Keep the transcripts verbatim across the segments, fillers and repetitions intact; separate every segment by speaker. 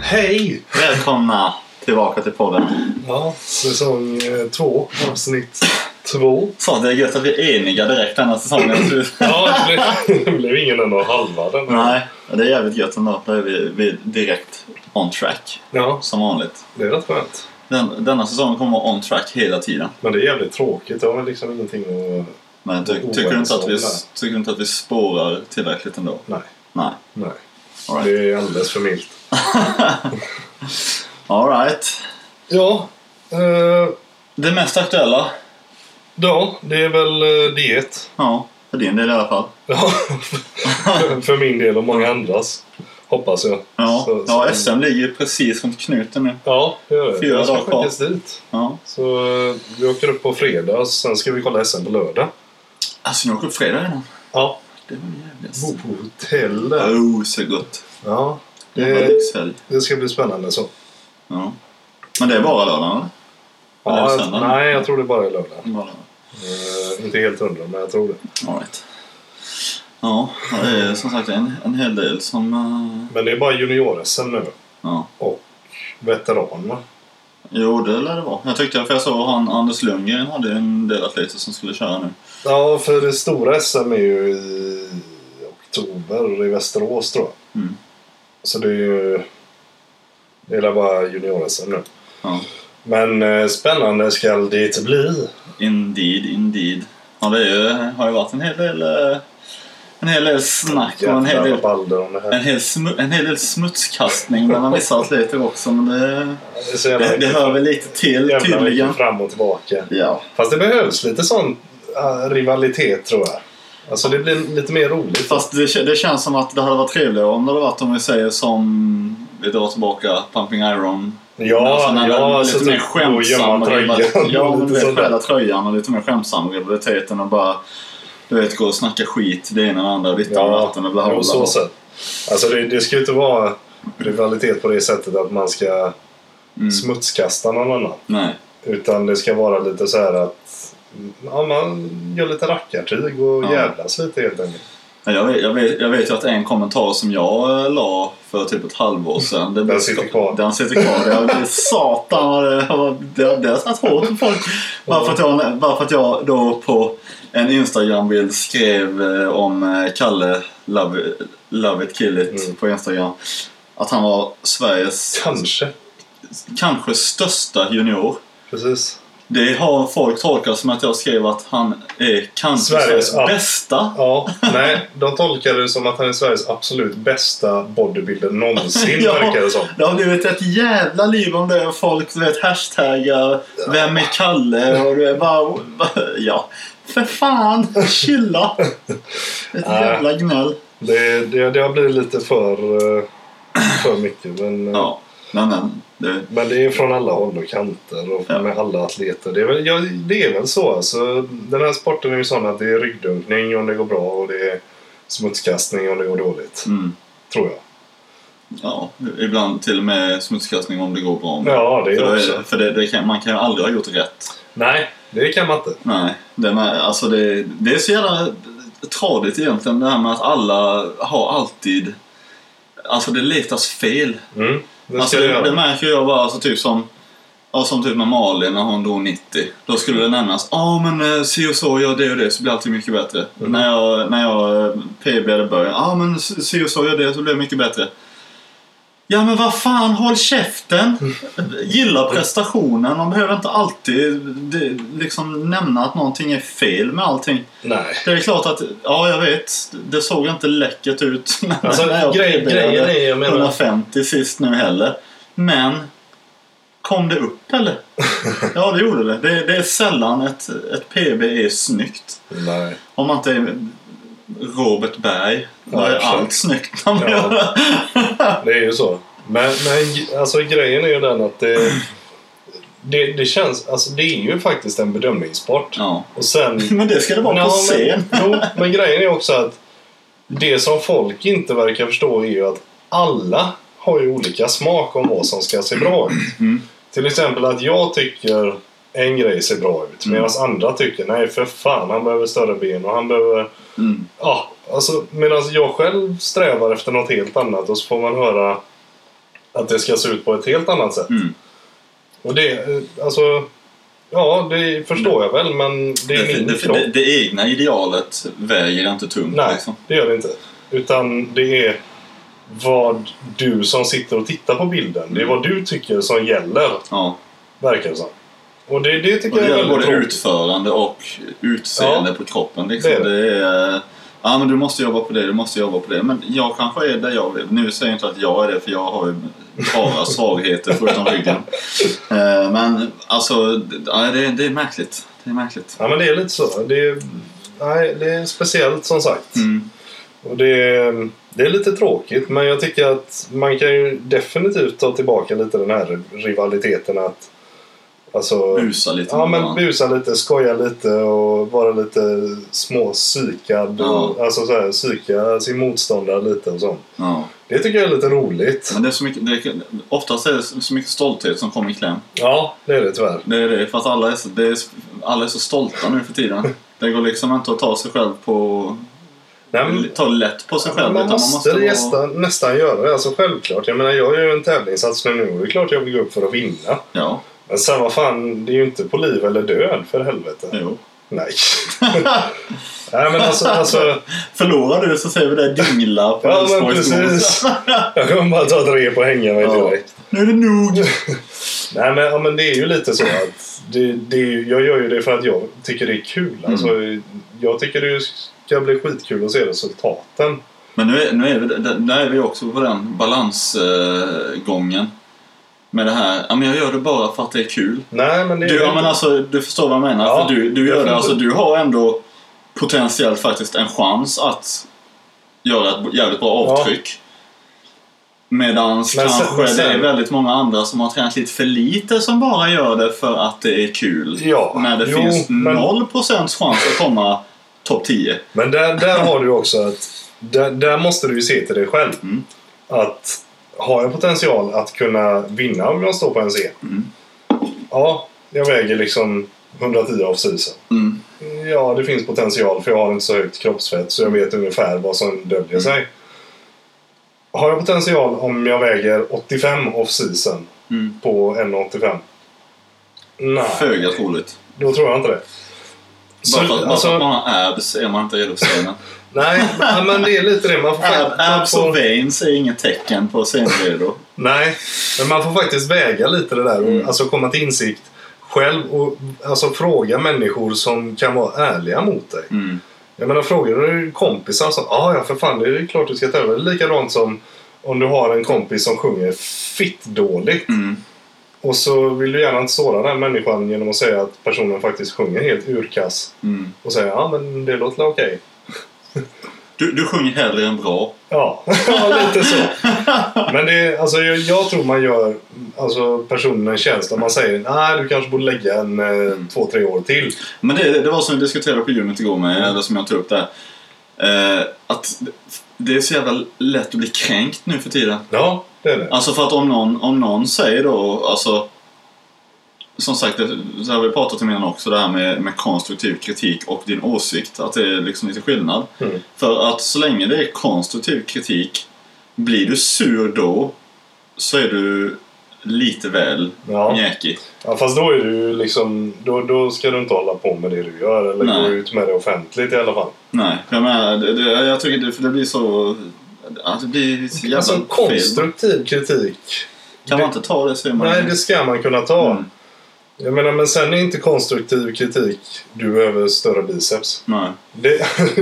Speaker 1: Hej!
Speaker 2: Välkomna tillbaka till podden.
Speaker 1: Ja, säsong eh, två, avsnitt två.
Speaker 2: Så det är gött att vi är eniga direkt denna säsongen.
Speaker 1: Ja, det blev, det blev ingen ändå halva den.
Speaker 2: Nej, det är jävligt gött ändå. Då är vi, vi direkt on track.
Speaker 1: Ja,
Speaker 2: som vanligt.
Speaker 1: det är rätt skönt.
Speaker 2: Den, denna säsongen kommer vara on track hela tiden.
Speaker 1: Men det är jävligt tråkigt. Det har liksom ingenting att...
Speaker 2: Men ty, tycker, du inte att vi, tycker du inte att vi spårar tillräckligt ändå?
Speaker 1: Nej.
Speaker 2: Nej.
Speaker 1: Nej.
Speaker 2: All right.
Speaker 1: Det är alldeles för milt.
Speaker 2: All right.
Speaker 1: Ja. Eh,
Speaker 2: det mest aktuella?
Speaker 1: ja, det är väl eh, diet.
Speaker 2: Ja, för din del i alla fall.
Speaker 1: Ja, för min del och många andras. Hoppas jag.
Speaker 2: Ja,
Speaker 1: så,
Speaker 2: ja
Speaker 1: så,
Speaker 2: S M ligger precis runt knuten nu.
Speaker 1: Ja, det gör det.
Speaker 2: Fyra
Speaker 1: jag ska
Speaker 2: dagar kvar.
Speaker 1: skickas dit.
Speaker 2: Ja.
Speaker 1: Så eh, vi åker upp på fredag. Sen ska vi kolla S M på lördag.
Speaker 2: Alltså, ni åker upp fredag redan?
Speaker 1: Ja.
Speaker 2: Det var jävligt.
Speaker 1: Bo på hotell där.
Speaker 2: Oh, så gott.
Speaker 1: Ja,
Speaker 2: Det,
Speaker 1: det, det ska bli spännande så.
Speaker 2: ja. Men det är bara lördagen, eller?
Speaker 1: Ja,
Speaker 2: eller
Speaker 1: jag, nej, jag tror det bara är lördag.
Speaker 2: Bara.
Speaker 1: Uh, inte helt hundra, men jag tror det.
Speaker 2: All right. Ja, det är som sagt en, en hel del som... Uh...
Speaker 1: Men det är bara junior-S M nu.
Speaker 2: Ja.
Speaker 1: Och veteran, va?
Speaker 2: Jo, det lär det vara. Jag tyckte, för jag såg han Anders Lundgren hade en del atleter som skulle köra nu.
Speaker 1: Ja, för det stora S M är ju i oktober i Västerås, tror jag.
Speaker 2: Mm.
Speaker 1: Så det är ju... Det är bara junior-S M nu.
Speaker 2: Ja.
Speaker 1: Men eh, spännande ska det bli.
Speaker 2: Indeed, indeed. Ja, det är ju, har ju varit en hel del... Uh... En hel del snack och en hel del, en hel, smu, en hel del smutskastning mellan vissa atleter också. Men det, det, det, det hör väl lite till tydligen.
Speaker 1: Fram och tillbaka.
Speaker 2: Ja.
Speaker 1: Fast det behövs lite sån uh, rivalitet, tror jag. Alltså det blir lite mer roligt.
Speaker 2: Fast det, det känns som att det hade varit trevligare om det hade varit, om vi säger som vi drar tillbaka Pumping Iron.
Speaker 1: Ja,
Speaker 2: alltså,
Speaker 1: ja,
Speaker 2: lite mer skämtsam. Ja, men du vet, skälla tröjan och lite mer skämtsam rivaliteten och bara... Du vet, gå och snacka skit, det ena och andra, ditt
Speaker 1: ja,
Speaker 2: och vatten och bla bla bla.
Speaker 1: Så sätt. Alltså det, det ska ju inte vara rivalitet på det sättet att man ska mm. smutskasta någon annan.
Speaker 2: Nej.
Speaker 1: Utan det ska vara lite så här att ja, man gör lite rackartyg och ja. jävlas lite helt enkelt.
Speaker 2: Jag vet, jag, vet, jag vet ju att en kommentar som jag la för typ ett halvår sedan. Det
Speaker 1: den sitter kvar.
Speaker 2: Den sitter kvar. Det är satan. Det, det har satt hårt på folk. Bara för, att jag, bara för att jag då på en Instagram-bild skrev om Kalle Love, Love It Kill It mm. på Instagram. Att han var Sveriges
Speaker 1: kanske
Speaker 2: kanske största junior.
Speaker 1: Precis.
Speaker 2: Det har folk tolkat som att jag skrev att han är kanske
Speaker 1: Sveriges
Speaker 2: Sveriges bästa.
Speaker 1: Ja, nej, de tolkar det som att han är Sveriges absolut bästa bodybuilder någonsin, ja, verkar det som.
Speaker 2: Det har blivit ett jävla liv om det. Folk, du vet, hashtaggar, ja. Vem är Kalle? Och du är bara, ja, för fan, chilla. Ett äh, jävla gnäll.
Speaker 1: Det, det, det har blivit lite för, för mycket, men...
Speaker 2: Ja, men... men Det...
Speaker 1: Men det är från alla håll och kanter och ja. med alla atleter. Det är, väl, ja, det är väl så. Alltså, den här sporten är ju sån att det är ryggdunkning om det går bra och det är smutskastning om det går dåligt.
Speaker 2: Mm.
Speaker 1: Tror jag.
Speaker 2: Ja, ibland till och med smutskastning om det går bra.
Speaker 1: Ja, det är
Speaker 2: för
Speaker 1: också.
Speaker 2: Det, för det, det kan, man kan ju aldrig ha gjort rätt.
Speaker 1: Nej, det kan man inte.
Speaker 2: Nej, det, med, alltså det, det är så jävla tradigt egentligen det här med att alla har alltid... Alltså det letas fel.
Speaker 1: Mm. Det,
Speaker 2: alltså det, det märker jag bara alltså typ som ja, som typ med Malin när hon drog nittio. Då skulle det nämnas, ja ah, men se och så, gör det och det så blir alltid mycket bättre. Mm. När jag, när jag P B:ade början, ja ah, men se och så, gör det så blir det mycket bättre. Ja men vad fan, håll käften. Gilla prestationen. Man behöver inte alltid det, liksom nämna att någonting är fel med allting.
Speaker 1: Nej.
Speaker 2: Det är klart att, ja jag vet, det såg inte läckert ut.
Speaker 1: Alltså grej, grejen är, jag menar...
Speaker 2: hundrafemtio sist nu heller. Men kom det upp eller? Ja det gjorde det. Det, det är sällan ett, ett P B är snyggt.
Speaker 1: Nej.
Speaker 2: Om man inte är Robert Berg. Då är allt snyggt.
Speaker 1: Ja. Det är ju så. Men, men alltså grejen är ju den att det, det, det känns, alltså det är ju faktiskt en bedömningssport.
Speaker 2: Ja.
Speaker 1: Och sen,
Speaker 2: men det ska det vara
Speaker 1: ja,
Speaker 2: på scen.
Speaker 1: Men, jo, men grejen är också att det som folk inte verkar förstå är ju att alla har ju olika smak om vad som ska se bra ut.
Speaker 2: Mm.
Speaker 1: Till exempel att jag tycker en grej ser bra ut. Mm. Medan andra tycker, nej för fan, han behöver större ben och han behöver...
Speaker 2: Mm.
Speaker 1: Ja, alltså medan jag själv strävar efter något helt annat och så får man höra att det ska se ut på ett helt annat sätt.
Speaker 2: Mm.
Speaker 1: Och det, alltså, ja, det förstår jag väl, men det är
Speaker 2: det,
Speaker 1: min
Speaker 2: det,
Speaker 1: kropp.
Speaker 2: det, det egna idealet väger inte tungt.
Speaker 1: Nej,
Speaker 2: liksom.
Speaker 1: det gör det inte. Utan det är vad du som sitter och tittar på bilden. Mm. Det är vad du tycker som gäller.
Speaker 2: Ja.
Speaker 1: Verkar det som. Och det, det tycker
Speaker 2: och det
Speaker 1: jag är
Speaker 2: är
Speaker 1: väldigt
Speaker 2: både
Speaker 1: tråkigt.
Speaker 2: Utförande och utseende
Speaker 1: ja.
Speaker 2: på kroppen. Liksom.
Speaker 1: Det är det.
Speaker 2: Det är, ja, men du måste jobba på det, du måste jobba på det. Men jag kanske är där jag vill. Nu säger jag inte att jag är det, för jag har ju bara svagheter förutom ryggen. Men alltså, det är, det är märkligt. Det är märkligt.
Speaker 1: Ja, men det är lite så. Det är, nej, det är speciellt som sagt.
Speaker 2: Mm.
Speaker 1: Och det är, det är lite tråkigt, men jag tycker att man kan ju definitivt ta tillbaka lite den här rivaliteten att alltså,
Speaker 2: busa lite.
Speaker 1: Ja, men busa lite, skoja lite och vara lite små psykad.
Speaker 2: Ja.
Speaker 1: Och, alltså så här, psyka sin motståndare lite och sånt.
Speaker 2: Ja.
Speaker 1: Det tycker jag är lite roligt.
Speaker 2: Men det är så mycket, det är, oftast är det så mycket stolthet som kommer i kläm.
Speaker 1: Ja, det är det tyvärr.
Speaker 2: Det är det, för att alla är så, det är, alla är så stolta nu för tiden. Det går liksom inte att ta sig själv på... Nej, men, ta lätt på sig själv.
Speaker 1: Man
Speaker 2: utan
Speaker 1: måste,
Speaker 2: man måste
Speaker 1: vara... nästan, nästan göra det. Alltså självklart. Jag menar, jag gör ju en tävlingssatsning nu och det är klart jag vill gå upp för att vinna.
Speaker 2: Ja.
Speaker 1: Men sen vad fan, det är ju inte på liv eller död för helvete.
Speaker 2: Jo.
Speaker 1: Nej. Nej, men alltså... alltså...
Speaker 2: Förlorar du så säger vi det dingla på
Speaker 1: ja, men precis. Jag kommer bara ta ett rep och hänga mig
Speaker 2: ja.
Speaker 1: direkt.
Speaker 2: Nu är det nog.
Speaker 1: Nej, men, ja, men det är ju lite så att det, det, jag gör ju det för att jag tycker det är kul. Mm. Alltså, jag tycker det ska bli skitkul att se resultaten.
Speaker 2: Men nu är, nu är, vi, där är vi också på den balansgången. Med det här, ja, men jag gör det bara för att det är kul.
Speaker 1: Nej, men det är
Speaker 2: du, ja, men alltså, du förstår vad jag menar.
Speaker 1: Ja,
Speaker 2: för du, du, gör det, alltså, du har ändå potentiellt faktiskt en chans att göra ett jävligt bra avtryck. Ja. Medans
Speaker 1: men
Speaker 2: kanske
Speaker 1: sen, men sen,
Speaker 2: det är väldigt många andra som har tränat lite för lite som bara gör det för att det är kul.
Speaker 1: Ja,
Speaker 2: när det
Speaker 1: jo,
Speaker 2: finns
Speaker 1: men,
Speaker 2: noll procent chans att komma topp tio.
Speaker 1: Men där, där har du också att där, där måste du ju se till dig själv.
Speaker 2: Mm.
Speaker 1: Att har jag potential att kunna vinna om jag står på en scen?
Speaker 2: Mm.
Speaker 1: Ja, jag väger liksom hundratio av season.
Speaker 2: Mm.
Speaker 1: Ja, det finns potential för jag har inte så högt kroppsfett så jag vet ungefär vad som döljer mm. sig. Har jag potential om jag väger åttiofem off season mm. på en komma åttiofem? Nej.
Speaker 2: Föga troligt.
Speaker 1: Då tror jag inte det.
Speaker 2: Så, bara för, alltså, bara för att man har abs är man inte redo för scenen.
Speaker 1: Nej, men det är lite det. Man får
Speaker 2: Ab, abs och veins är inget tecken på scenredo.
Speaker 1: Nej, men man får faktiskt väga lite det där.
Speaker 2: Mm.
Speaker 1: Och, alltså komma till insikt själv och alltså, fråga människor som kan vara ärliga mot dig.
Speaker 2: Mm.
Speaker 1: Jag menar, frågar du kompisar som ah, ja, för fan, det är klart du ska tävla. Det är likadant som om du har en kompis som sjunger fitt dåligt.
Speaker 2: Mm.
Speaker 1: Och så vill du gärna inte såra den människan genom att säga att personen faktiskt sjunger helt urkass.
Speaker 2: Mm.
Speaker 1: Och säga, ja men det låter okej. Okay.
Speaker 2: Du, du sjunger hellre än bra.
Speaker 1: Ja, lite så. Men det, alltså, jag, jag tror man gör alltså, personen en tjänst om man säger nej, du kanske borde lägga en mm. två, tre år till.
Speaker 2: Men det, det var som vi diskuterade på gymmet igår med, mm. eller som jag tog upp där. Eh, att det är så jävla lätt att bli kränkt nu för tiden.
Speaker 1: Ja, det är det.
Speaker 2: Alltså för att om någon, om någon säger då, alltså som sagt, det, så har vi pratat om innan också, det här med, med konstruktiv kritik och din åsikt, att det är liksom lite skillnad.
Speaker 1: Mm.
Speaker 2: För att så länge det är konstruktiv kritik, blir du sur då så är du lite väl
Speaker 1: ja.
Speaker 2: mjäkig.
Speaker 1: Ja, fast då är du liksom, då, då ska du inte hålla på med det du gör eller
Speaker 2: Nej.
Speaker 1: gå ut med det offentligt i alla fall.
Speaker 2: Nej, jag menar, det, det, jag tycker det, för det blir så, att det blir så jävla
Speaker 1: alltså
Speaker 2: fel.
Speaker 1: konstruktiv kritik.
Speaker 2: Kan
Speaker 1: det,
Speaker 2: man inte ta det så är man...
Speaker 1: Nej, det ska man kunna ta.
Speaker 2: Mm.
Speaker 1: Jag menar, men sen är inte konstruktiv kritik du behöver större biceps.
Speaker 2: Nej.
Speaker 1: Det,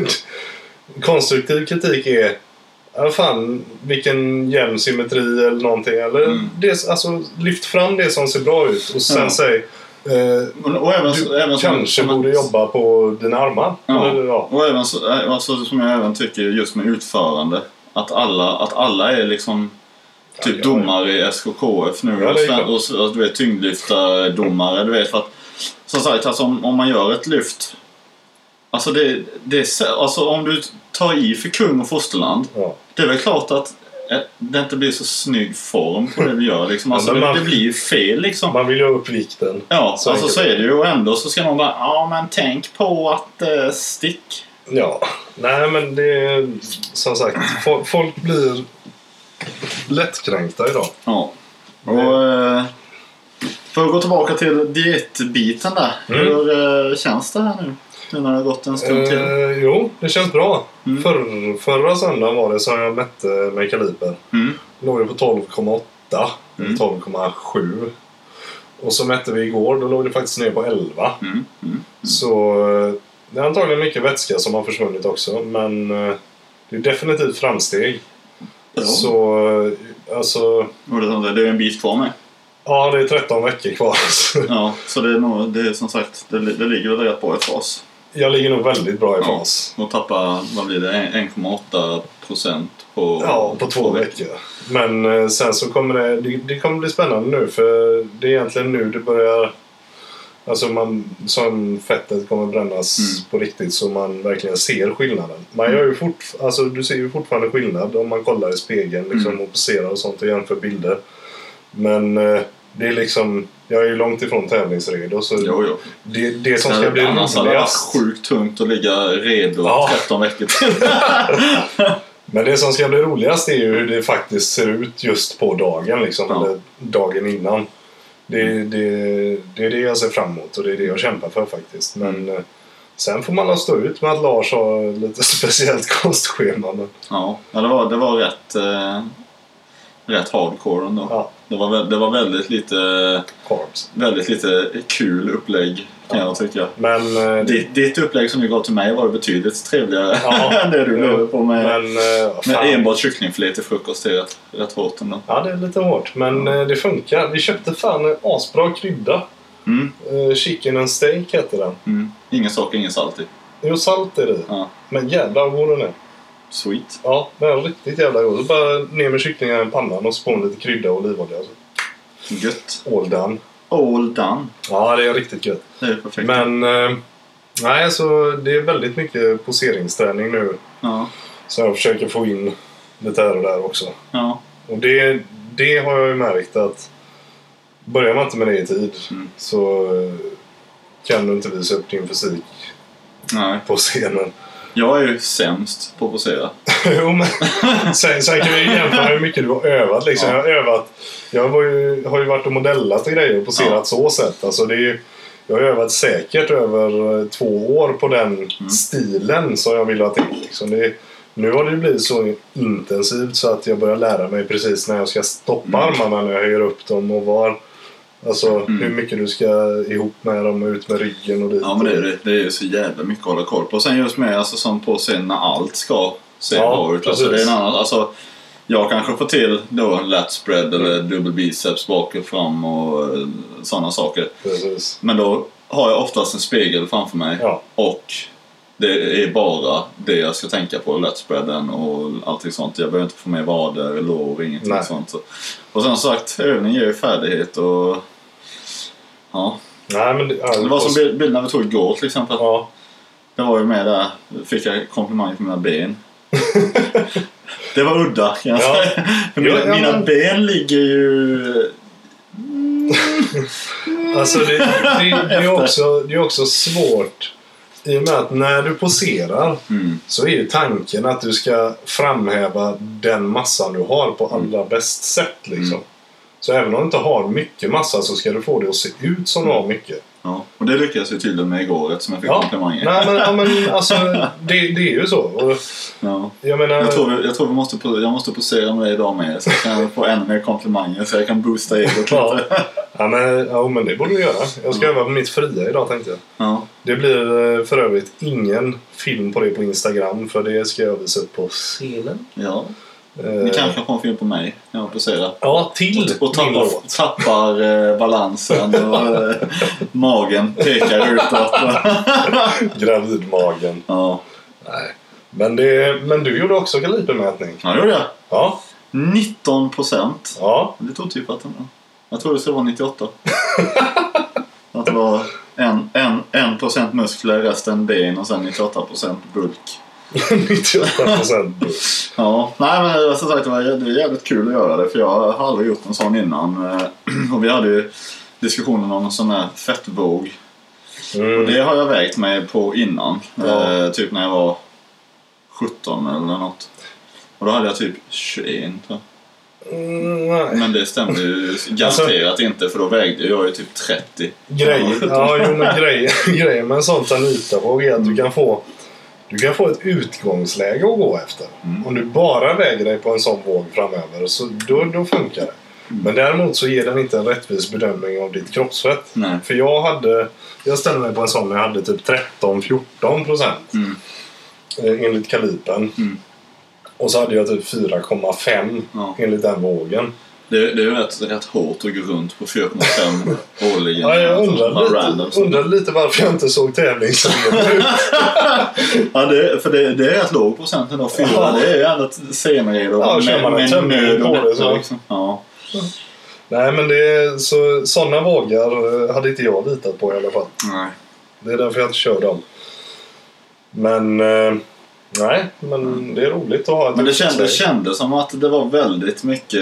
Speaker 1: konstruktiv kritik är ja, fan, vilken jämn symmetri eller någonting. Eller
Speaker 2: mm.
Speaker 1: det, alltså, lyft fram det som ser bra ut och sen ja. säg eh,
Speaker 2: och, och även,
Speaker 1: du
Speaker 2: även
Speaker 1: kanske
Speaker 2: som,
Speaker 1: borde som jobba på dina armar.
Speaker 2: Ja.
Speaker 1: Eller, ja.
Speaker 2: Och även så, alltså, som jag även tycker just med utförande, att alla, att alla är liksom typ ja, domare i S K K F nu, ja, och, och, och du vet, tyngdlyftardomare, du vet, för att som sagt, alltså, om, om man gör ett lyft, alltså, det, det är, alltså om du tar i för kung och fosterland,
Speaker 1: ja.
Speaker 2: det är väl klart att det inte blir så snygg form på det vi gör liksom. Alltså, ja, man, det, det blir fel liksom.
Speaker 1: Man vill ju ha upp vikten.
Speaker 2: Ja, så, alltså, så är det ju, och ändå så ska man bara, ja men tänk på att eh, stick.
Speaker 1: Ja, nej men det är som sagt, folk blir lättkränkta idag.
Speaker 2: Ja. Och eh, för att gå tillbaka till dietbiten där. Mm. Hur eh, känns det här nu? Nu när det har gått en stund till.
Speaker 1: Eh, jo, det känns bra. Mm. För, förra söndagen var det som jag mätte med kaliber. Mm. Låg det på tolv komma åtta. Mm. tolv komma sju. Och så mätte vi igår. Då låg det faktiskt ner på elva. Mm. Mm. Mm. Så det är antagligen mycket vätska som har försvunnit också. Men det är definitivt framsteg.
Speaker 2: Ja.
Speaker 1: Så alltså...
Speaker 2: Och det, det är en bit kvar med.
Speaker 1: Ja, det är tretton veckor kvar.
Speaker 2: Ja, så det är, nog, det är som sagt, det, det ligger väl rätt bra i fas.
Speaker 1: Jag ligger nog väldigt bra i fas.
Speaker 2: Ja, och tappar, vad blir det, en komma åtta procent på,
Speaker 1: ja, på två veckor. Men sen så kommer det, det, det kommer bli spännande nu. För det är egentligen nu det börjar, alltså man, som fettet kommer brännas mm. på riktigt, så man verkligen ser skillnaden. Man gör ju fort, alltså du ser ju fortfarande skillnad om man kollar i spegeln liksom, mm. och poserar och sånt och jämför bilder. Men det är liksom, jag är ju långt ifrån tävlingsredo, så
Speaker 2: jo, jo.
Speaker 1: Det, det som ska ja, bli
Speaker 2: roligast. Annars hade det varit sjukt tungt att ligga redo ja. tretton veckor till.
Speaker 1: Men det som ska bli roligast är ju hur det faktiskt ser ut just på dagen liksom, ja. eller dagen innan. Det, det, det är det jag ser fram emot och det är det jag kämpar för faktiskt. Men mm. sen får man stå ut med att Lars har lite speciellt kostschema. Men...
Speaker 2: Ja, det var, det var rätt, eh, rätt hardcore ändå. Ja. Det var, det var väldigt lite
Speaker 1: Carbs.
Speaker 2: Väldigt lite kul upplägg kan ja. jag tycka.
Speaker 1: Men äh,
Speaker 2: ditt, ditt upplägg som du gav till mig var betydligt trevligare ja. än det du lever på med,
Speaker 1: men, äh,
Speaker 2: med enbart kycklingfilé till frukost. Det är rätt, rätt hårt ändå.
Speaker 1: Ja, det är lite hårt. Men äh, det funkar. Vi köpte fan en asbra krydda. Mm. Äh, chicken and steak heter den.
Speaker 2: Mm. Ingen socker, ingen salt i.
Speaker 1: Jo, salt är det. Ja. Men jävlar vad den är.
Speaker 2: Sweet.
Speaker 1: Ja, det är riktigt jävla god. Så bara ner med kycklingen i en pannan och så på lite krydda och olivolja. Alltså.
Speaker 2: Gött.
Speaker 1: All done.
Speaker 2: All done.
Speaker 1: Ja, det är riktigt gött.
Speaker 2: Det är perfekt.
Speaker 1: Men eh, nej, alltså det är väldigt mycket poseringsträning nu. Ja. Så jag försöker få in lite här och där också. Ja. Och det, det har jag ju märkt att börjar man inte med det i tid mm. så kan du inte visa upp din fysik nej. på scenen.
Speaker 2: Jag är ju sämst på att posera.
Speaker 1: Jo, men sen, sen kan vi ju jämföra hur mycket du har övat. Liksom. Ja. Jag har övat. Jag var ju, har ju varit och modellat och grejer och poserat ja. så sätt. Alltså det är ju, jag har övat säkert över två år på den mm. stilen som jag vill ha till. Liksom. Det, nu har det blivit så intensivt så att jag börjar lära mig precis när jag ska stoppa mm. armarna när jag höjer upp dem och var. Alltså mm. hur mycket du ska ihop med dem och ut med ryggen och dit.
Speaker 2: Ja, men det är, det, det är så jävla mycket att hålla koll på. Och sen just med alltså, som på scen när allt ska se ja, bra ut. Alltså, det är en annan, alltså, jag kanske får till då lat spread mm. eller dubbel biceps bak och fram och sådana saker.
Speaker 1: Precis.
Speaker 2: Men då har jag oftast en spegel framför mig ja. och det är bara det jag ska tänka på, lat spreaden och allting sånt. Jag behöver inte få med vader, lår, ingenting Nej. sånt. Så. Och sen sagt, övning ger ju färdighet och ja.
Speaker 1: Nej, men det, alltså,
Speaker 2: det var som bild, bilden vi tog igår till exempel.
Speaker 1: Ja.
Speaker 2: Det var ju med där, fick jag komplimanger på mina ben. Det var udda kan jag ja. säga. För mina, ja, mina men... ben ligger ju...
Speaker 1: alltså det, det, det, är också, det är också svårt. I och med att när du poserar mm. så är ju tanken att du ska framhäva den massan du har på allra bäst sätt liksom. Mm. Så även om du inte har mycket massa så ska du få det att se ut som mm. du har mycket.
Speaker 2: Ja, och det lyckades jag tydligen med igår eftersom jag fick
Speaker 1: ja.
Speaker 2: komplimanger.
Speaker 1: Nej, men, ja, men alltså, det, det är ju så. Och,
Speaker 2: ja.
Speaker 1: jag, menar,
Speaker 2: jag tror, jag tror vi måste, jag måste posera med dig idag med så jag kan få ännu mer komplimanger så jag kan boosta egot
Speaker 1: ja. ja, men, ja, men det borde du göra. Jag ska ja. öva på mitt fria idag tänkte jag.
Speaker 2: Ja.
Speaker 1: Det blir för övrigt ingen film på det på Instagram för det ska jag visa upp på scenen.
Speaker 2: Ja. Ni kanske får en film på mig när jag poserar.
Speaker 1: Ja, till
Speaker 2: och, och tappar, tappar eh, balansen och eh, magen pekar utåt.
Speaker 1: Gravidmagen.
Speaker 2: Ja.
Speaker 1: Nej. Men, det, men du gjorde också kalibermätning.
Speaker 2: Ja, det gjorde jag.
Speaker 1: Ja.
Speaker 2: nitton procent.
Speaker 1: Ja.
Speaker 2: Det tog typ att jag tror det skulle vara nittioåtta. Att det var en, en, en procent muskler, resten ben och sen nittioåtta procent bulk.
Speaker 1: nittioåtta procent
Speaker 2: Ja, nej men som sagt det var jävligt kul att göra det för jag har aldrig gjort en sån innan och vi hade ju diskussionen om en sån här fettvåg mm. och det har jag vägt mig på innan ja. eh, typ när jag var sjutton eller något och då hade jag typ tjugoett tror jag.
Speaker 1: Mm, nej.
Speaker 2: Men det stämde ju garanterat alltså, inte, för då vägde jag ju typ trettio.
Speaker 1: Grej, ja, jo, men grej, grejen med en sån Tanita-våg är att mm. du kan få du kan få ett utgångsläge att gå efter. Mm. Om du bara väger dig på en sån våg framöver, så då, då funkar det. Mm. Men däremot så ger den inte en rättvis bedömning av ditt kroppsfett.
Speaker 2: Nej.
Speaker 1: För jag hade jag ställde mig på en sån när jag hade typ tretton till fjorton procent
Speaker 2: mm.
Speaker 1: enligt kalibern. Mm. Och så hade jag typ fyra komma fem ja. Enligt den vågen.
Speaker 2: Det, det är ju rätt, rätt hårt att gå runt på fyra komma fem årligen.
Speaker 1: Ja, jag undrar lite, random, undrar lite varför jag inte såg tävlingsserien ut.
Speaker 2: Ja, det, för det, det är ett låg procent ändå. Fyra, ja. Det är ju ändå senare.
Speaker 1: Ja, kör man en tömning på det så.
Speaker 2: Liksom. Ja.
Speaker 1: Nej, men det är så, sådana vågar hade inte jag litat på i alla fall.
Speaker 2: Nej.
Speaker 1: Det är därför jag inte kör dem. Men... Eh, nej, men mm. det är roligt att ha ett.
Speaker 2: Men det kändes, det kändes som att det var väldigt mycket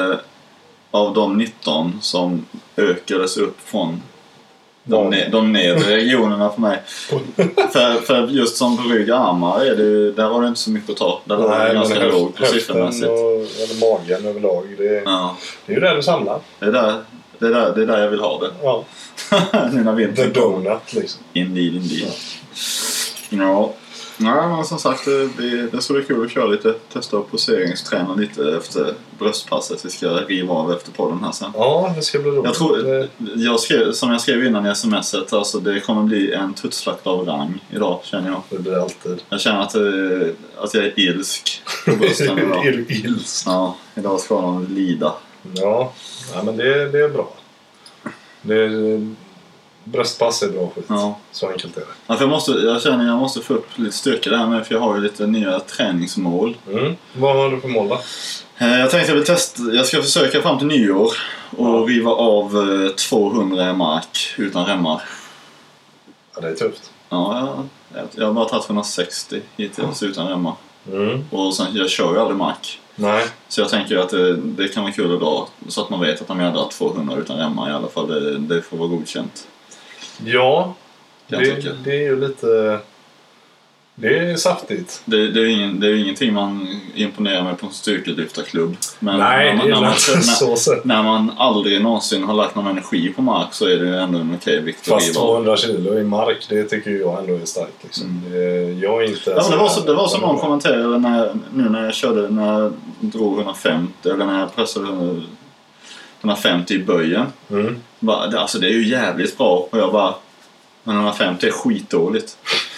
Speaker 2: av de nitton som ökades upp från de, ne- de nedre regionerna för mig. för, för just som på rygg och armar är det, där var det inte så mycket att ta. Där var det ganska höf- lågt på siffermässigt.
Speaker 1: Och, eller magen överlag. Det är,
Speaker 2: ja.
Speaker 1: det är ju där du samlar.
Speaker 2: Det är där, det är där, det är där jag vill ha det.
Speaker 1: Ja.
Speaker 2: Nu när vintern
Speaker 1: The donut liksom.
Speaker 2: Indeed, indeed. Ja. ja. Nej, men som sagt, det, det skulle vara kul att köra lite, testa och poseringsträna lite efter bröstpasset. Vi ska riva av efter podden här sen.
Speaker 1: Ja, det ska bli roligt.
Speaker 2: Jag tror, jag skrev, som jag skrev innan i smset, alltså det kommer bli en tutslakt av rang idag, känner jag.
Speaker 1: Det blir alltid.
Speaker 2: Jag känner att, att jag är ilsk på brösten idag.
Speaker 1: Är du ilsk?
Speaker 2: Ja, idag ska de lida.
Speaker 1: Ja, ja men det, det är bra. Det är... Bröstpass är bra skit.
Speaker 2: Ja.
Speaker 1: Så enkelt är det.
Speaker 2: Ja, för jag, måste, jag känner att jag måste få upp lite styrka där med, för jag har ju lite nya träningsmål.
Speaker 1: Mm. Vad har du för mål då?
Speaker 2: Jag tänkte jag vill testa, jag ska försöka fram till nyår och ja. riva av tvåhundra mark utan remmar.
Speaker 1: Ja, det är tufft.
Speaker 2: Ja, jag, jag har bara tagit hundrasextio hittills utan remmar.
Speaker 1: Mm.
Speaker 2: Och sen, jag kör ju aldrig mark.
Speaker 1: Nej.
Speaker 2: Så jag tänker att det, det kan vara kul att dra, så att man vet att om jag har tvåhundra utan remmar i alla fall, det, det får vara godkänt.
Speaker 1: Ja, det, det är ju lite... Det är saftigt.
Speaker 2: Det, det, är ingen, det är ju ingenting man imponerar med på en styrkelyftarklubb. Men
Speaker 1: nej,
Speaker 2: när,
Speaker 1: det är
Speaker 2: när, man,
Speaker 1: så sett.
Speaker 2: när man aldrig någonsin har lagt någon energi på mark, så är det ju ändå en okej vikt.
Speaker 1: Fast tvåhundra kilo i mark, det tycker jag ändå är starkt. Liksom. Mm. Det, jag är inte
Speaker 2: ja, det var så, det var som någon kommenterade när, nu när jag körde, när jag drog hundrafemtio, eller när jag pressade hundrafemtio i böjen.
Speaker 1: Mm.
Speaker 2: Bara, det, alltså det är ju jävligt bra. Och jag bara, men hundrafemtio är skitdåligt.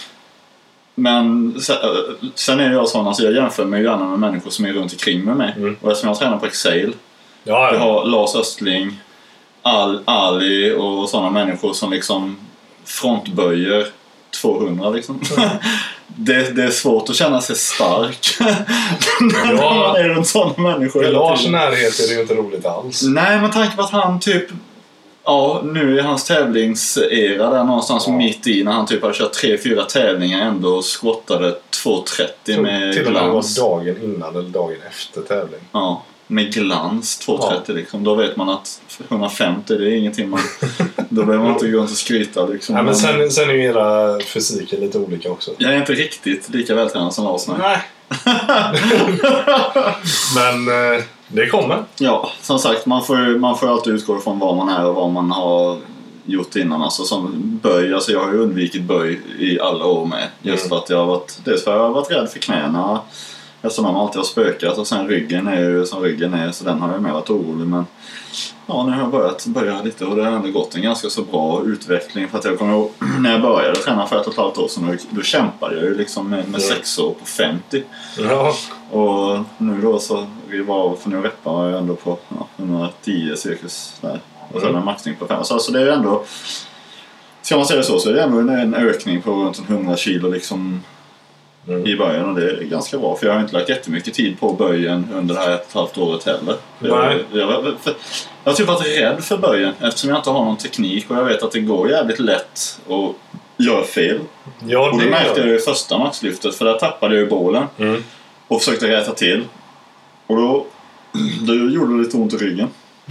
Speaker 2: Men sen är jag sån, alltså jag jämför mig gärna med människor som är runt omkring med mig. Mm. Och eftersom jag tränar på Excel,
Speaker 1: ja, ja.
Speaker 2: jag har Lars Östling, Al, Ali och sådana människor som liksom frontböjer tvåhundra liksom. Mm. det, det är svårt att känna sig stark när ja. man är runt sådana människor.
Speaker 1: I Lars närhet är det ju inte roligt alls.
Speaker 2: Nej, men tanke på att han typ, ja, nu är hans tävlingsera där någonstans ja. mitt i, när han typ har kört tre fyra tävlingar ändå och squattade två trettio med
Speaker 1: till
Speaker 2: glans.
Speaker 1: Till och med dagen innan eller dagen efter tävling.
Speaker 2: Ja, med glans två trettio ja. liksom. Då vet man att hundrafemtio, det är ingenting man... Då behöver man inte gå runt och skryta liksom.
Speaker 1: Ja, men sen, sen är ju era fysiker lite olika också.
Speaker 2: Jag är inte riktigt lika vältränad som Lars.
Speaker 1: Nej. Men eh, det kommer.
Speaker 2: Ja, som sagt, man får, man får alltid utgå från vad man är och vad man har gjort innan. Alltså som böj, alltså jag har ju undvikit böj i alla år med. Just mm. för att jag har varit, dels för att jag har varit rädd för knäna. Eftersom de alltid har spökat, och sen ryggen är ju som ryggen är, så den har jag med varit orolig. Men ja, nu har jag börjat börja lite, och det har ändå gått en ganska så bra utveckling. För att jag kommer ihåg, när jag började träna för ett och ett halvt år sedan, då kämpade jag ju liksom med, med sex år på femtio.
Speaker 1: Ja.
Speaker 2: Och nu då så var, för nu reppar jag ändå på ja, hundratio cirkus där. Och sen en maxning på fem. Så alltså det är ju ändå, ska man säga så, så är det ändå en, en ökning på runt hundra kilo liksom. Mm. I början, och det är ganska bra, för jag har inte lagt jättemycket tid på böjen under det här ett och ett halvt året heller. Jag, jag, för, jag har typ varit rädd för böjen eftersom jag inte har någon teknik, och jag vet att det går jävligt lätt att göra fel.
Speaker 1: Ja,
Speaker 2: och det märkte jag i första maxlyftet, för där tappade jag i bålen
Speaker 1: mm.
Speaker 2: och försökte rätta till, och då, då gjorde det lite ont i ryggen.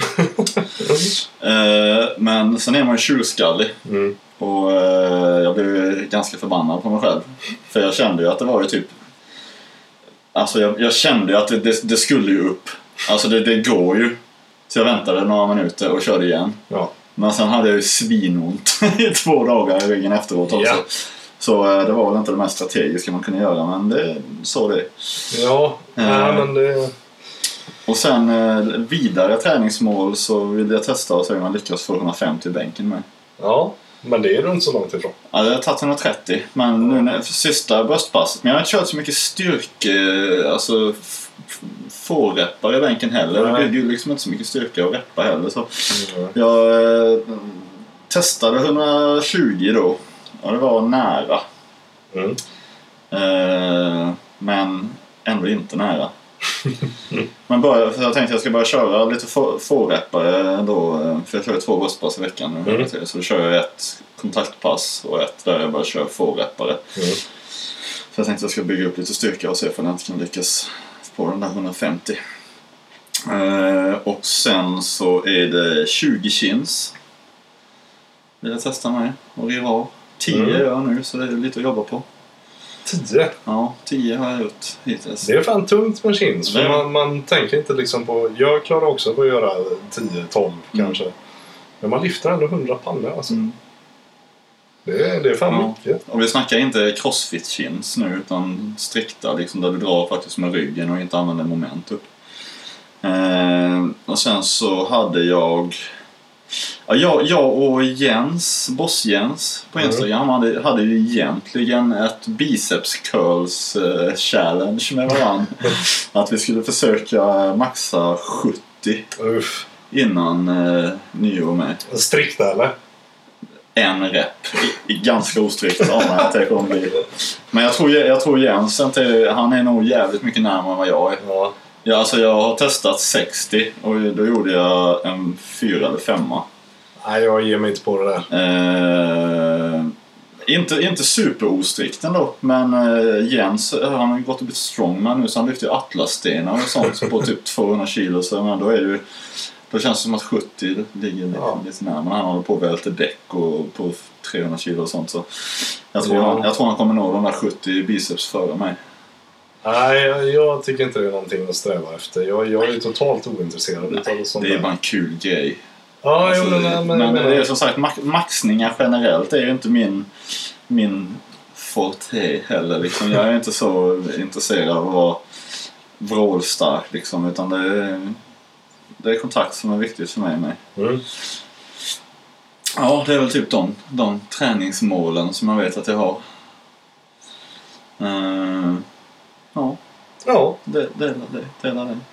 Speaker 2: eh, men sen är man ju tjurskallig.
Speaker 1: Mm.
Speaker 2: Och eh, jag blev ganska förbannad på mig själv. För jag kände ju att det var ju typ... Alltså jag, jag kände ju att det, det, det skulle ju upp. Alltså det, det går ju. Så jag väntade några minuter och körde igen.
Speaker 1: Ja.
Speaker 2: Men sen hade jag ju svinont i två dagar i ryggen efteråt också.
Speaker 1: Ja.
Speaker 2: Så det var väl inte det mest strategiska man kunde göra, men det så det.
Speaker 1: Ja, äh,
Speaker 2: eh,
Speaker 1: men det...
Speaker 2: Och sen eh, vidare träningsmål så vill jag testa och se om man lyckas få hundrafemtio i bänken med.
Speaker 1: Ja, men det är inte så långt ifrån.
Speaker 2: Ja, jag har tagit hundratrettio, men nu när sista bröstpasset. Men jag har inte kört så mycket styrke, alltså f- f- fåreppar i bänken heller. Det blir ju liksom inte så mycket styrka och reppa heller. Så
Speaker 1: Mm.
Speaker 2: jag eh, testade hundratjugo då. Ja, det var nära.
Speaker 1: Mm.
Speaker 2: Eh, men ändå inte nära. Men bara, för jag tänkte att jag ska börja köra lite få- fåreppare då. För jag kör två bröstpass i veckan nu.
Speaker 1: Mm.
Speaker 2: Så då kör jag ett kontaktpass och ett där jag bara kör fåreppare.
Speaker 1: Mm.
Speaker 2: Så jag tänkte att jag ska bygga upp lite styrka och se om jag inte kan lyckas på den där hundrafemtio. Eh, och sen så är det tjugo chins. Vill jag testa med och riva av. tio
Speaker 1: Mm.
Speaker 2: gör jag nu, så det är lite att jobba på.
Speaker 1: tio.
Speaker 2: Ja, tio har jag gjort hittills.
Speaker 1: Det är fan tungt med chins. För
Speaker 2: Det-
Speaker 1: man, man tänker inte liksom på... Jag klarar också på att göra tio tolv
Speaker 2: Mm.
Speaker 1: kanske. Men man lyfter ändå hundra pannor alltså.
Speaker 2: Mm.
Speaker 1: Det, är, det är fan
Speaker 2: Ja.
Speaker 1: mycket.
Speaker 2: Och vi snackar inte crossfit chins nu, utan strikta liksom, där du drar faktiskt med ryggen och inte använder moment upp. Eh, och sen så hade jag... Ja, jag, jag och Jens, Boss Jens på Instagram mm. hade, hade ju egentligen ett biceps curls eh, challenge med varandra. Att vi skulle försöka maxa sjuttio
Speaker 1: Uff.
Speaker 2: innan eh, nyår med.
Speaker 1: Strikta eller?
Speaker 2: En rep i, i ganska ostrikt att det kommer bli. Men jag tror, jag tror Jens inte, han är nog jävligt mycket närmare än vad jag är.
Speaker 1: Ja.
Speaker 2: Ja, alltså jag har testat sextio och då gjorde jag en fyra eller femma.
Speaker 1: Nej, jag ger mig inte på det där.
Speaker 2: Eh, inte, inte superostrikt ändå, men eh, Jens han har gått och blivit strongman nu, så han lyfter ju atlasstenar och sånt på typ tvåhundra kilo, så men då är det ju, då känns det som att sjuttio ligger lite,
Speaker 1: Ja.
Speaker 2: lite närmare. Han håller på att välta däck och på trehundra kilo och sånt, så jag tror,
Speaker 1: Ja.
Speaker 2: han, jag tror han kommer nå de där sjuttio biceps före mig.
Speaker 1: Nej, jag, jag tycker inte det är någonting att sträva efter. Jag, jag är totalt ointresserad
Speaker 2: Nej,
Speaker 1: av sånt
Speaker 2: det är
Speaker 1: där.
Speaker 2: bara en kul grej.
Speaker 1: Ja,
Speaker 2: Alltså,
Speaker 1: jo, men, men,
Speaker 2: men,
Speaker 1: men,
Speaker 2: det är som sagt, max- maxningar generellt är ju inte min, min forte heller. Liksom. Jag är inte så intresserad av att vara vrålstark, liksom, utan det är, det är kontakt som är viktigt för mig med.
Speaker 1: Mm.
Speaker 2: Ja, det är väl typ de, de träningsmålen som jag vet att jag har. Uh, ja,
Speaker 1: Ja,
Speaker 2: det, det, det, det är det.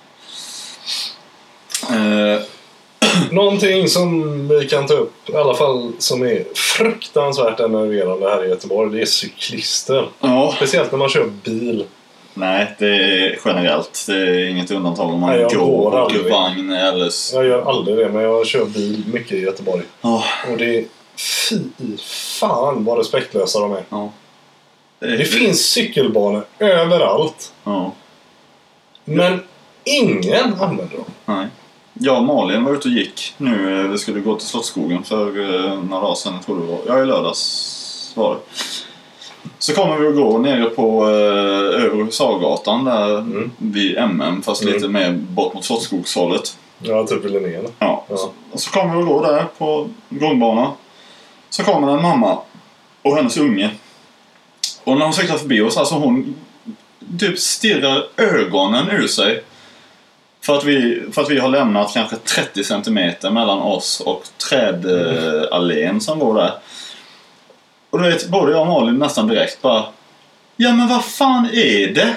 Speaker 2: Uh,
Speaker 1: någonting som vi kan ta upp, i alla fall som är fruktansvärt enerverande här i Göteborg, det är cyklister.
Speaker 2: ja.
Speaker 1: Speciellt när man kör bil.
Speaker 2: Nej, det är generellt. Det är inget undantag om man
Speaker 1: Nej, jag
Speaker 2: går
Speaker 1: går
Speaker 2: och
Speaker 1: aldrig.
Speaker 2: vagn eller...
Speaker 1: Jag gör aldrig det, men jag kör bil mycket i Göteborg.
Speaker 2: Oh,
Speaker 1: Och det är fy fan vad respektlösa de är.
Speaker 2: ja. Det, är...
Speaker 1: Det finns cykelbanor överallt.
Speaker 2: Ja,
Speaker 1: Men ingen använder dem.
Speaker 2: nej. Jag och Malin var ute och gick nu. Vi skulle gå till Slottsskogen för eh, några dagar sedan, jag tror det var. Ja, i lördags var det. Så kommer vi att gå nere på eh, över Sargatan där
Speaker 1: Mm.
Speaker 2: vid M M, fast
Speaker 1: Mm.
Speaker 2: lite mer bort mot Slottskogshållet.
Speaker 1: Ja, typ i Linnén.
Speaker 2: Ja,
Speaker 1: Ja.
Speaker 2: Så, och så kommer vi att gå där på gångbanan. Så kommer en mamma och hennes unge. Och när hon cyklar förbi oss, alltså hon typ stirrar ögonen ur sig. För att vi, för att vi har lämnat kanske trettio centimeter mellan oss och trädallén som går där. Och då vet både jag och Malin nästan direkt bara: ja, men vad fan är det?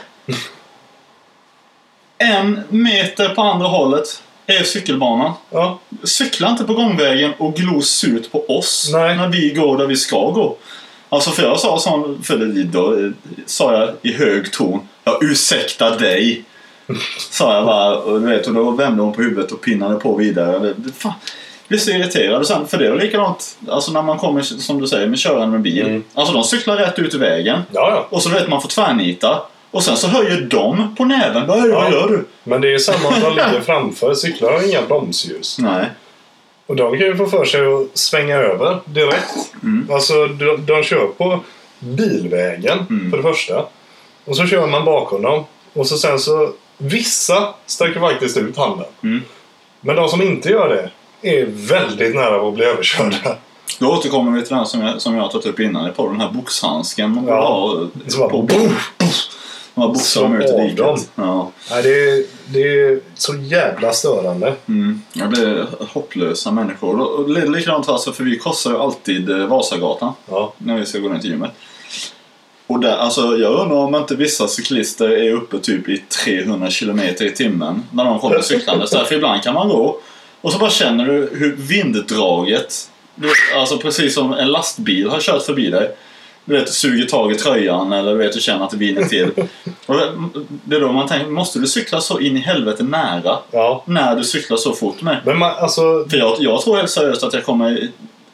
Speaker 2: En meter på andra hållet är cykelbanan.
Speaker 1: Ja.
Speaker 2: Cykla inte på gångvägen och glos ut på oss.
Speaker 1: Nej.
Speaker 2: När vi går där vi ska gå. Alltså för jag sa sån, för det, då sa jag i hög ton: ja, ursäkta dig. Sa jag bara, och du vet, och då vände hon på huvudet och pinnade på vidare. Det, det, fan, jag blir så irriterad sen, för det är likadant alltså när man kommer, som du säger, med körande med bil.
Speaker 1: Mm.
Speaker 2: Alltså de cyklar rätt ut i vägen.
Speaker 1: Ja, ja.
Speaker 2: Och så vet man får tvärnita. Och sen så höjer de på näven. Vad
Speaker 1: Ja.
Speaker 2: gör du?
Speaker 1: Men det är samma som ligger framför. Cyklar har inga bromsljus.
Speaker 2: Nej.
Speaker 1: Och de kan ju få för sig att svänga över direkt.
Speaker 2: Mm.
Speaker 1: Alltså de, de kör på bilvägen
Speaker 2: Mm.
Speaker 1: för det första. Och så kör man bakom dem. Och så sen så vissa sträcker faktiskt ut handen.
Speaker 2: Mm.
Speaker 1: Men de som inte gör det är väldigt nära att bli överkörda.
Speaker 2: Då återkommer vi till den som jag, som jag har tagit upp innan på den här boxhandsken man
Speaker 1: ja.
Speaker 2: har
Speaker 1: så bara,
Speaker 2: på
Speaker 1: boff, boff.
Speaker 2: Man boxar dem ut i diket. Ja.
Speaker 1: Nej, det, är, det är så jävla störande.
Speaker 2: Mm. Jag blir hopplösa människor. Och det är likadant alltså, för vi korsar ju alltid Vasagatan
Speaker 1: ja.
Speaker 2: när vi ska gå ner till gymmet. Och där, alltså, jag undrar om inte vissa cyklister är uppe typ i trehundra kilometer i timmen när de kommer cyklande. Så därför ibland kan man gå och så bara känner du hur vinddraget, du, alltså precis som en lastbil har kört förbi dig. Du vet, suger tag i tröjan eller du vet, du känner att det viner till. Och det är då man tänker, måste du cykla så in i helvete nära
Speaker 1: ja.
Speaker 2: när du cyklar så fort med?
Speaker 1: Men man, alltså...
Speaker 2: För jag, jag tror helt seriöst att jag kommer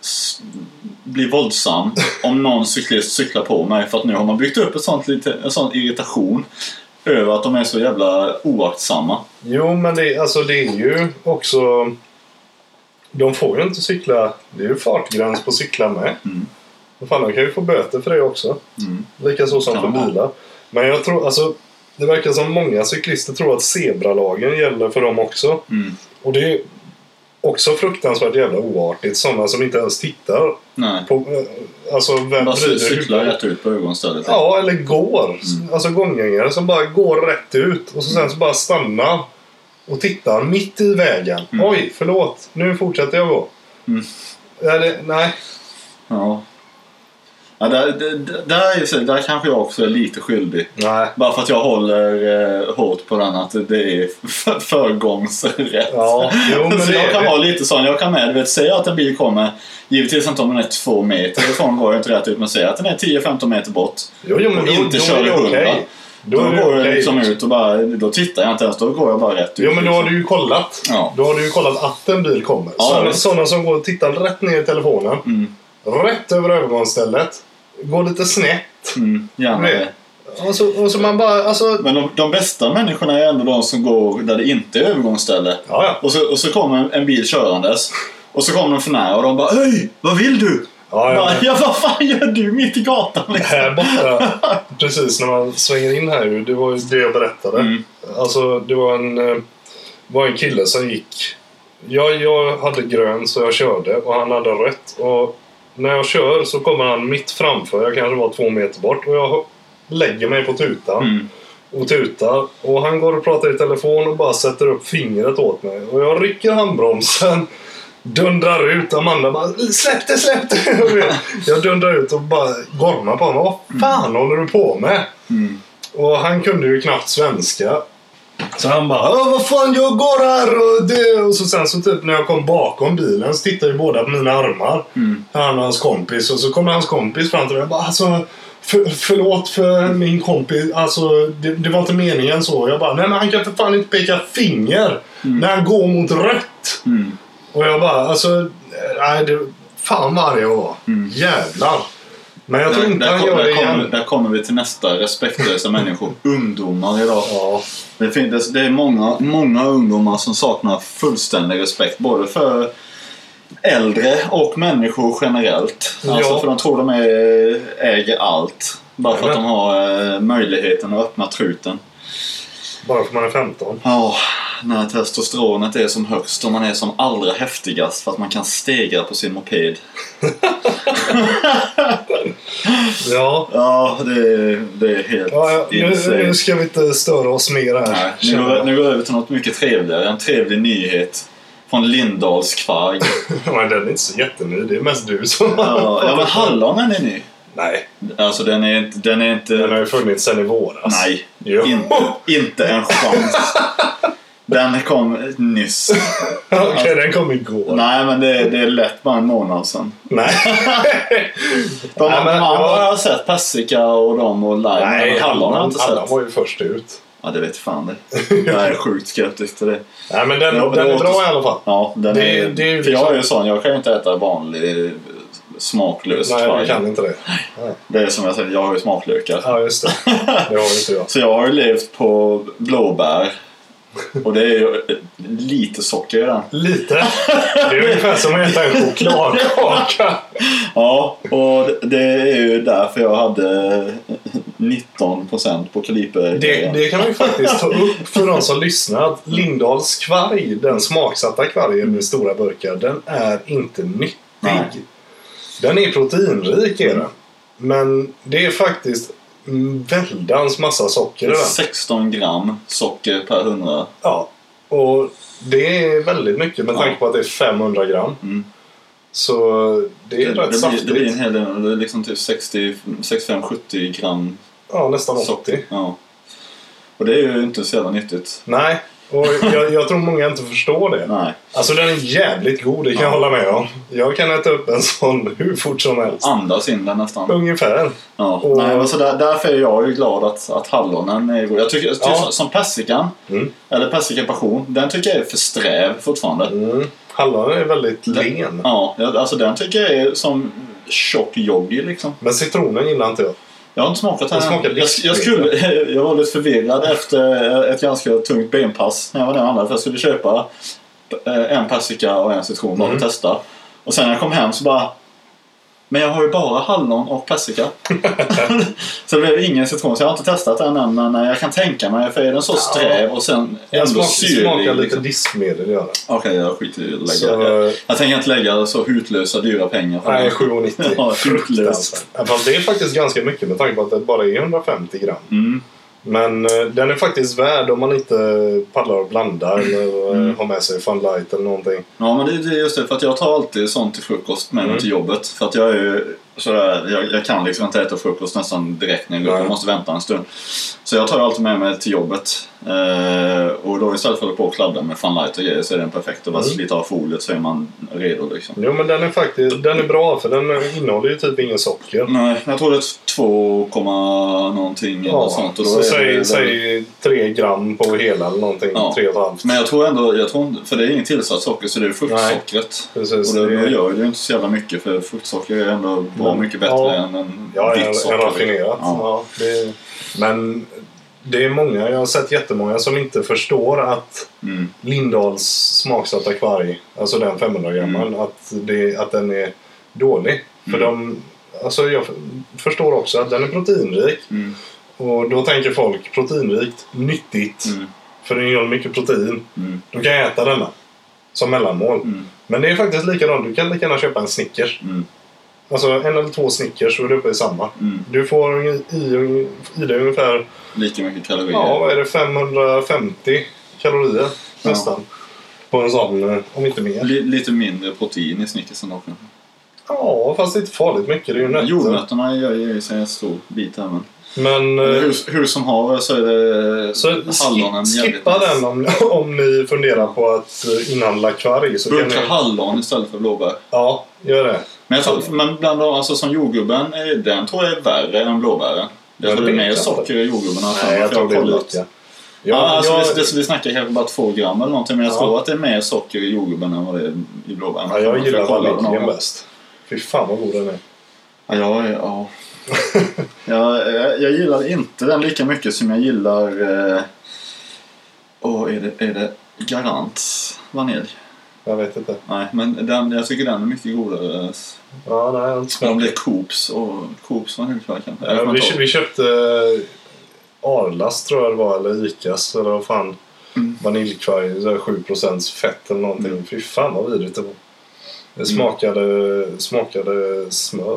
Speaker 2: bli våldsam om någon cyklist cyklar på mig, för att nu har man byggt upp ett sånt lite, en sån irritation över att de är så jävla oaktsamma.
Speaker 1: Jo, men det, alltså, det är ju också... De får ju inte cykla. Det är ju fartgräns på cykla med.
Speaker 2: Mm.
Speaker 1: Fan, de kan ju få böter för det också.
Speaker 2: Mm.
Speaker 1: Lika så som kan för bilar. Men jag tror, alltså, det verkar som många cyklister tror att zebralagen gäller för dem också.
Speaker 2: Mm.
Speaker 1: Och det är också fruktansvärt jävla oartigt. Sådana som inte ens tittar.
Speaker 2: Nej.
Speaker 1: På, alltså, vem
Speaker 2: bara cyklar rätt ut på ögonstället.
Speaker 1: Ja, eller går.
Speaker 2: Mm.
Speaker 1: Alltså gånggängare som bara går rätt ut. Och så sen så bara stannar och tittar mitt i vägen. Mm. Oj, förlåt. Nu fortsätter jag gå.
Speaker 2: Mm.
Speaker 1: Eller, nej.
Speaker 2: Ja. Ja, där, där, där, där kanske jag också är lite skyldig.
Speaker 1: Nej.
Speaker 2: Bara för att jag håller eh, hårt på den att det är för, förgångsrätt.
Speaker 1: Ja, jo, men
Speaker 2: så
Speaker 1: det
Speaker 2: jag kan
Speaker 1: det.
Speaker 2: vara lite sån. Jag kan med, du vet, säga att en bil kommer, givetvis inte om den är två meter ifrån går jag inte rätt ut, men säga att den är tio femton meter bort.
Speaker 1: Jo, jo, men
Speaker 2: och
Speaker 1: då,
Speaker 2: inte
Speaker 1: då
Speaker 2: kör i hundra.
Speaker 1: Okay.
Speaker 2: Då, då går jag
Speaker 1: okay.
Speaker 2: liksom ut och bara, då tittar jag inte ens, då går jag bara rätt ut.
Speaker 1: Jo, men då har du ju kollat.
Speaker 2: Ja.
Speaker 1: Då har du ju kollat att en bil kommer.
Speaker 2: Ja,
Speaker 1: sådana, sådana som går och tittar rätt ner i telefonen.
Speaker 2: Mm.
Speaker 1: Rätt över övergångsstället. Går lite snett.
Speaker 2: Mm, gärna det.
Speaker 1: Och så, och så man bara, alltså...
Speaker 2: Men de, de bästa människorna är ändå de som går där det inte är övergångsställe.
Speaker 1: Ja, ja.
Speaker 2: Och, så, och så kommer en bil körandes. Och så kommer de för nära och de bara, hej, vad vill du?
Speaker 1: Ja, ja,
Speaker 2: bara, ja, vad fan gör du mitt i gatan? Liksom?
Speaker 1: Här borta, precis när man svänger in här, det var ju det jag berättade.
Speaker 2: Mm.
Speaker 1: Alltså, det var en, var en kille som gick... Jag, jag hade grön så jag körde och han hade rött. Och när jag kör så kommer han mitt framför, jag kanske var två meter bort. Och jag lägger mig på tutan
Speaker 2: Mm.
Speaker 1: och tutar. Och han går och pratar i telefon och bara sätter upp fingret åt mig. Och jag rycker handbromsen, dundrar ut. Amanda bara, släpp det, släpp det. Jag dundrar ut och bara gormar på honom. Vad fan mm. håller du på med?
Speaker 2: Mm.
Speaker 1: Och han kunde ju knappt svenska. Så han bara, vad fan jag går här och det. Och så sen så typ när jag kom bakom bilen så tittade ju båda på mina armar.
Speaker 2: Mm.
Speaker 1: Han och hans kompis. Och så kommer hans kompis fram till mig och bara, alltså för, förlåt för min kompis. Alltså det, det var inte meningen så. Jag bara, nej men han kan för fan inte peka finger mm. när han går mot rött.
Speaker 2: Mm.
Speaker 1: Och jag bara, alltså nej det, fan vad jag var. Mm. Jävlar. Men jag tror
Speaker 2: där,
Speaker 1: inte
Speaker 2: där
Speaker 1: han
Speaker 2: kom,
Speaker 1: gör det
Speaker 2: där
Speaker 1: igen.
Speaker 2: kommer, där kommer vi till nästa respektlösa människor. Ungdomar idag.
Speaker 1: Ja.
Speaker 2: Det, finns, det är många, många ungdomar som saknar fullständig respekt. Både för äldre och människor generellt.
Speaker 1: Ja.
Speaker 2: Alltså för de tror de är, äger allt. Bara för att de har eh, möjligheten att öppna truten.
Speaker 1: Bara för man är femton.
Speaker 2: Ja, när testosteronet är som högst och man är som allra häftigast för att man kan stegra på sin moped.
Speaker 1: Ja.
Speaker 2: Ja, det, det är helt
Speaker 1: ja, ja. Nu,
Speaker 2: insane.
Speaker 1: nu ska vi inte störa oss mer här.
Speaker 2: Nej, nu, går, nu går vi över till något mycket trevligare. En trevlig nyhet från Lindahls kvarg.
Speaker 1: Men den är inte så jätteny. Det är mest du som
Speaker 2: Ja, ja men hallonen är ny.
Speaker 1: Nej.
Speaker 2: Alltså den är inte... Den, är inte...
Speaker 1: den har ju funnits sedan i våras.
Speaker 2: Nej,
Speaker 1: inte,
Speaker 2: inte en chans. Den kom nyss.
Speaker 1: Okej, okay, den kom igår.
Speaker 2: Nej, men det, det är lätt bara en månad sedan.
Speaker 1: Nej.
Speaker 2: De,
Speaker 1: Nej, men,
Speaker 2: man
Speaker 1: ja.
Speaker 2: har sett Pessika och dem och live.
Speaker 1: Nej,
Speaker 2: men hallon har inte sett.
Speaker 1: Alla var ju först ut.
Speaker 2: Ja, det vet fan det. Jag är sjukt skeptisk till det.
Speaker 1: Nej, men den,
Speaker 2: ja,
Speaker 1: den är bra i alla fall.
Speaker 2: Ja, den
Speaker 1: det,
Speaker 2: är...
Speaker 1: Det är
Speaker 2: för jag är ju sån, jag kan ju inte äta vanlig smaklös.
Speaker 1: Nej, jag kan inte det.
Speaker 2: Nej. Det är som jag säger, jag har ju smaklökar.
Speaker 1: Ja, just det. Det har ju inte jag.
Speaker 2: Så jag har ju levt på blåbär. Och det är ju lite socker i den.
Speaker 1: Lite? Det är ungefär som att äta en chokladkaka.
Speaker 2: Ja, och det är ju därför jag hade nitton procent på kaliber.
Speaker 1: Det, det kan vi faktiskt ta upp för de som lyssnar. Att Lindahls kvarg, den smaksatta kvargen med stora burkar, den är inte nyttig. Nej. Den är proteinrik är den. Men det är faktiskt väldans massa socker i den.
Speaker 2: sexton gram socker per hundra.
Speaker 1: Ja, och det är väldigt mycket med tanke på att det är femhundra gram. Mm. Så det är det, rätt
Speaker 2: det
Speaker 1: saftigt.
Speaker 2: Blir, det blir en hel del, det är liksom typ sextio, sextiofem sjuttio gram.
Speaker 1: Ja, nästan åttio.
Speaker 2: Socker. Ja. Och det är ju inte så jävla nyttigt.
Speaker 1: Nej, och jag, jag tror många inte förstår det.
Speaker 2: Nej.
Speaker 1: Alltså den är jävligt god, det kan ja. jag hålla med om. Jag kan äta upp en sån hur fort som helst.
Speaker 2: Andas in den nästan.
Speaker 1: Ungefär.
Speaker 2: Ja. Och... Nej, men så där, därför är jag ju glad att, att hallonen är god. Jag tycker, tycker ja. som persikan, mm. eller persika passion, den tycker jag är för sträv fortfarande. Mm.
Speaker 1: Hallonen är väldigt len.
Speaker 2: Ja, alltså den tycker jag är som tjock yogi liksom.
Speaker 1: Men citronen gillar inte jag.
Speaker 2: Jag har inte smakat här. Jag, jag, jag, skulle, jag var lite förvirrad efter ett ganska tungt benpass när jag var där andra. För jag skulle köpa en persika och en citron bara mm. och testa. Och sen när jag kom hem så bara... Men jag har ju bara hallon och persika. Så det blev ingen citron. Så jag har inte testat den än. Men jag kan tänka mig. För är den så sträv och sen
Speaker 1: jag
Speaker 2: ändå
Speaker 1: smak,
Speaker 2: syrlig.
Speaker 1: Smakar lite
Speaker 2: liksom.
Speaker 1: diskmedel gör det.
Speaker 2: Okej, okay, jag skiter i att lägga.
Speaker 1: Så,
Speaker 2: jag, jag tänker inte lägga så hutlösa dyra pengar. För
Speaker 1: nej, sju nittio.
Speaker 2: Ja, hutlöst.
Speaker 1: Ja, det är faktiskt ganska mycket med tanke på att det bara är hundrafemtio gram. Mm. Men uh, den är faktiskt värd om man inte paddlar och blandar eller mm. har med sig Fun Light eller någonting.
Speaker 2: Ja, men det är just det, för att jag tar alltid sånt till frukost med mig mm. till jobbet. För att jag är ju sådär, jag, jag kan liksom inte äta frukost nästan direkt när jag går. Jag måste vänta en stund. Så jag tar alltid med mig till jobbet. Eh, och då istället för att på och kladda med Fun Light och grejer så är den perfekt. Och bara mm. slita av foliet så är man redo liksom.
Speaker 1: Jo, men den är faktiskt, den är bra för den innehåller ju typ ingen socker.
Speaker 2: Nej, jag tror det är två, någonting
Speaker 1: ja,
Speaker 2: eller sånt. Och då
Speaker 1: så
Speaker 2: är
Speaker 1: säg,
Speaker 2: det,
Speaker 1: säg tre gram på hela eller någonting, ja. tre och ett halvt.
Speaker 2: Men jag tror ändå, jag tror, för det är ingen tillsatt socker så det är fruktsockret.
Speaker 1: Precis,
Speaker 2: och det,
Speaker 1: det
Speaker 2: är... gör ju inte så jävla mycket för fruktsocker är ändå bra mm. mycket bättre ja. än en
Speaker 1: ja,
Speaker 2: vitt socker.
Speaker 1: Ja, raffinerat. Ja. Ja, det, men det är många, jag har sett jättemånga som inte förstår att mm. Lindahls smaksatta kvarg, alltså den femhundra gramman, mm. att, det, att den är dålig. För mm. de, alltså jag förstår också att den är proteinrik. Mm. Och då tänker folk proteinrikt, nyttigt. Mm. För den innehåller mycket protein. Mm. Du kan äta denna som mellanmål. Mm. Men det är faktiskt likadant. Du kan lika gärna köpa en Snickers. Mm. Alltså en eller två Snickers så är du uppe i samma. Mm. Du får i, i, i det ungefär...
Speaker 2: lika mycket kalorier.
Speaker 1: Ja, vad är det? femhundrafemtio kalorier ja. nästan. På en sån, om inte mer.
Speaker 2: L- lite mindre protein i Snickersen också.
Speaker 1: Ja, fast inte farligt mycket. Det är ju nötter.
Speaker 2: Jordnötterna gör ju sig en stor bit här, men...
Speaker 1: Men,
Speaker 2: hur, hur som har så är det
Speaker 1: så hallonen skippa den om, om ni funderar på att inhandla kvarg så
Speaker 2: burka
Speaker 1: kan ni...
Speaker 2: hallon istället för blåbär.
Speaker 1: Ja, gör det.
Speaker 2: Men, jag tror, men bland dem, alltså som jordgubben, den tror jag är värre än blåbären. Jag tror det är mer socker i jordgubben.
Speaker 1: Nej, jag, jag tror det är lika.
Speaker 2: Ja, ja, alltså jag... det, det, vi snackar kanske bara två gram eller någonting, men jag ja. tror att det är mer socker i jordgubben än vad det är i blåbären.
Speaker 1: Ja, jag gillar vaniljen bäst. Fy fan vad god den är.
Speaker 2: Ja, ja, ja. jag, jag, jag gillar inte den lika mycket som jag gillar eh, oh, är, det, är det Garants vanilj?
Speaker 1: Jag vet inte.
Speaker 2: Nej, men den, jag tycker den är mycket godare.
Speaker 1: Ja, nej, jag har inte smakat.
Speaker 2: Om det är Coops och Coops vaniljkvarg kanske.
Speaker 1: Ja, vi, vi köpte Arlas tror jag det var, eller Icas eller vad fan. Mm. Vaniljkvarg, sju procent fett eller någonting. Mm. Fy fan vad vidrigt det var. Det smakade, mm. smakade smör.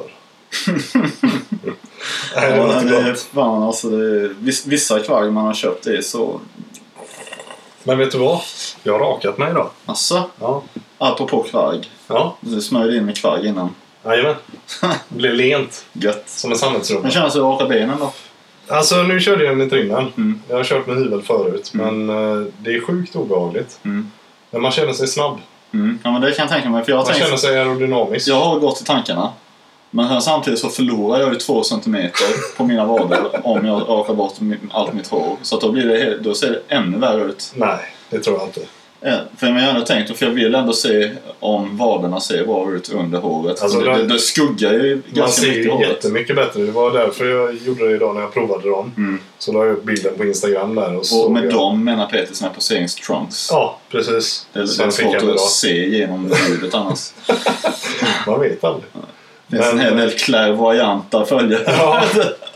Speaker 2: Nej, det var inte gott. Fan, alltså det, vissa kvarg man har köpt är så...
Speaker 1: Men vet du vad? Jag har rakat mig idag.
Speaker 2: Asså?
Speaker 1: Ja.
Speaker 2: Apropå kvarg.
Speaker 1: Ja.
Speaker 2: Du smörjde in med kvarg innan.
Speaker 1: Jajamän. Det blev lent.
Speaker 2: Gött.
Speaker 1: Som en sammetsrumma.
Speaker 2: Men känns det att raka benen då?
Speaker 1: Alltså nu körde jag med trinnen.
Speaker 2: Mm.
Speaker 1: Jag har kört med hyvel förut. Mm. Men uh, det är sjukt obehagligt.
Speaker 2: Mm.
Speaker 1: Men man känner sig snabb.
Speaker 2: Mm. Ja men det kan jag tänka mig. För jag
Speaker 1: man
Speaker 2: tänkt,
Speaker 1: känner sig aerodynamisk.
Speaker 2: Jag har gått i tankarna. Men samtidigt så förlorar jag ju två centimeter på mina vader om jag rakar bort allt mitt hår. Så att då, blir det, då ser det ännu värre ut.
Speaker 1: Nej, det tror jag inte.
Speaker 2: Ja, för jag har ändå tänkt, för jag vill ändå se om vaderna ser bra ut under håret.
Speaker 1: Alltså,
Speaker 2: det, det, det skuggar ju ganska mycket håret. Man ser
Speaker 1: jättemycket bättre. Det var därför jag gjorde det idag när jag provade dem. Mm. Så la jag upp bilden på Instagram där. Och,
Speaker 2: och med
Speaker 1: jag...
Speaker 2: dem menar Peter sina poseringstrunks.
Speaker 1: Ja, precis.
Speaker 2: Det, det är svårt att se genom ljudet annars.
Speaker 1: Man vet aldrig.
Speaker 2: Det finns men, en hel del klärvoajanta följare.
Speaker 1: Ja.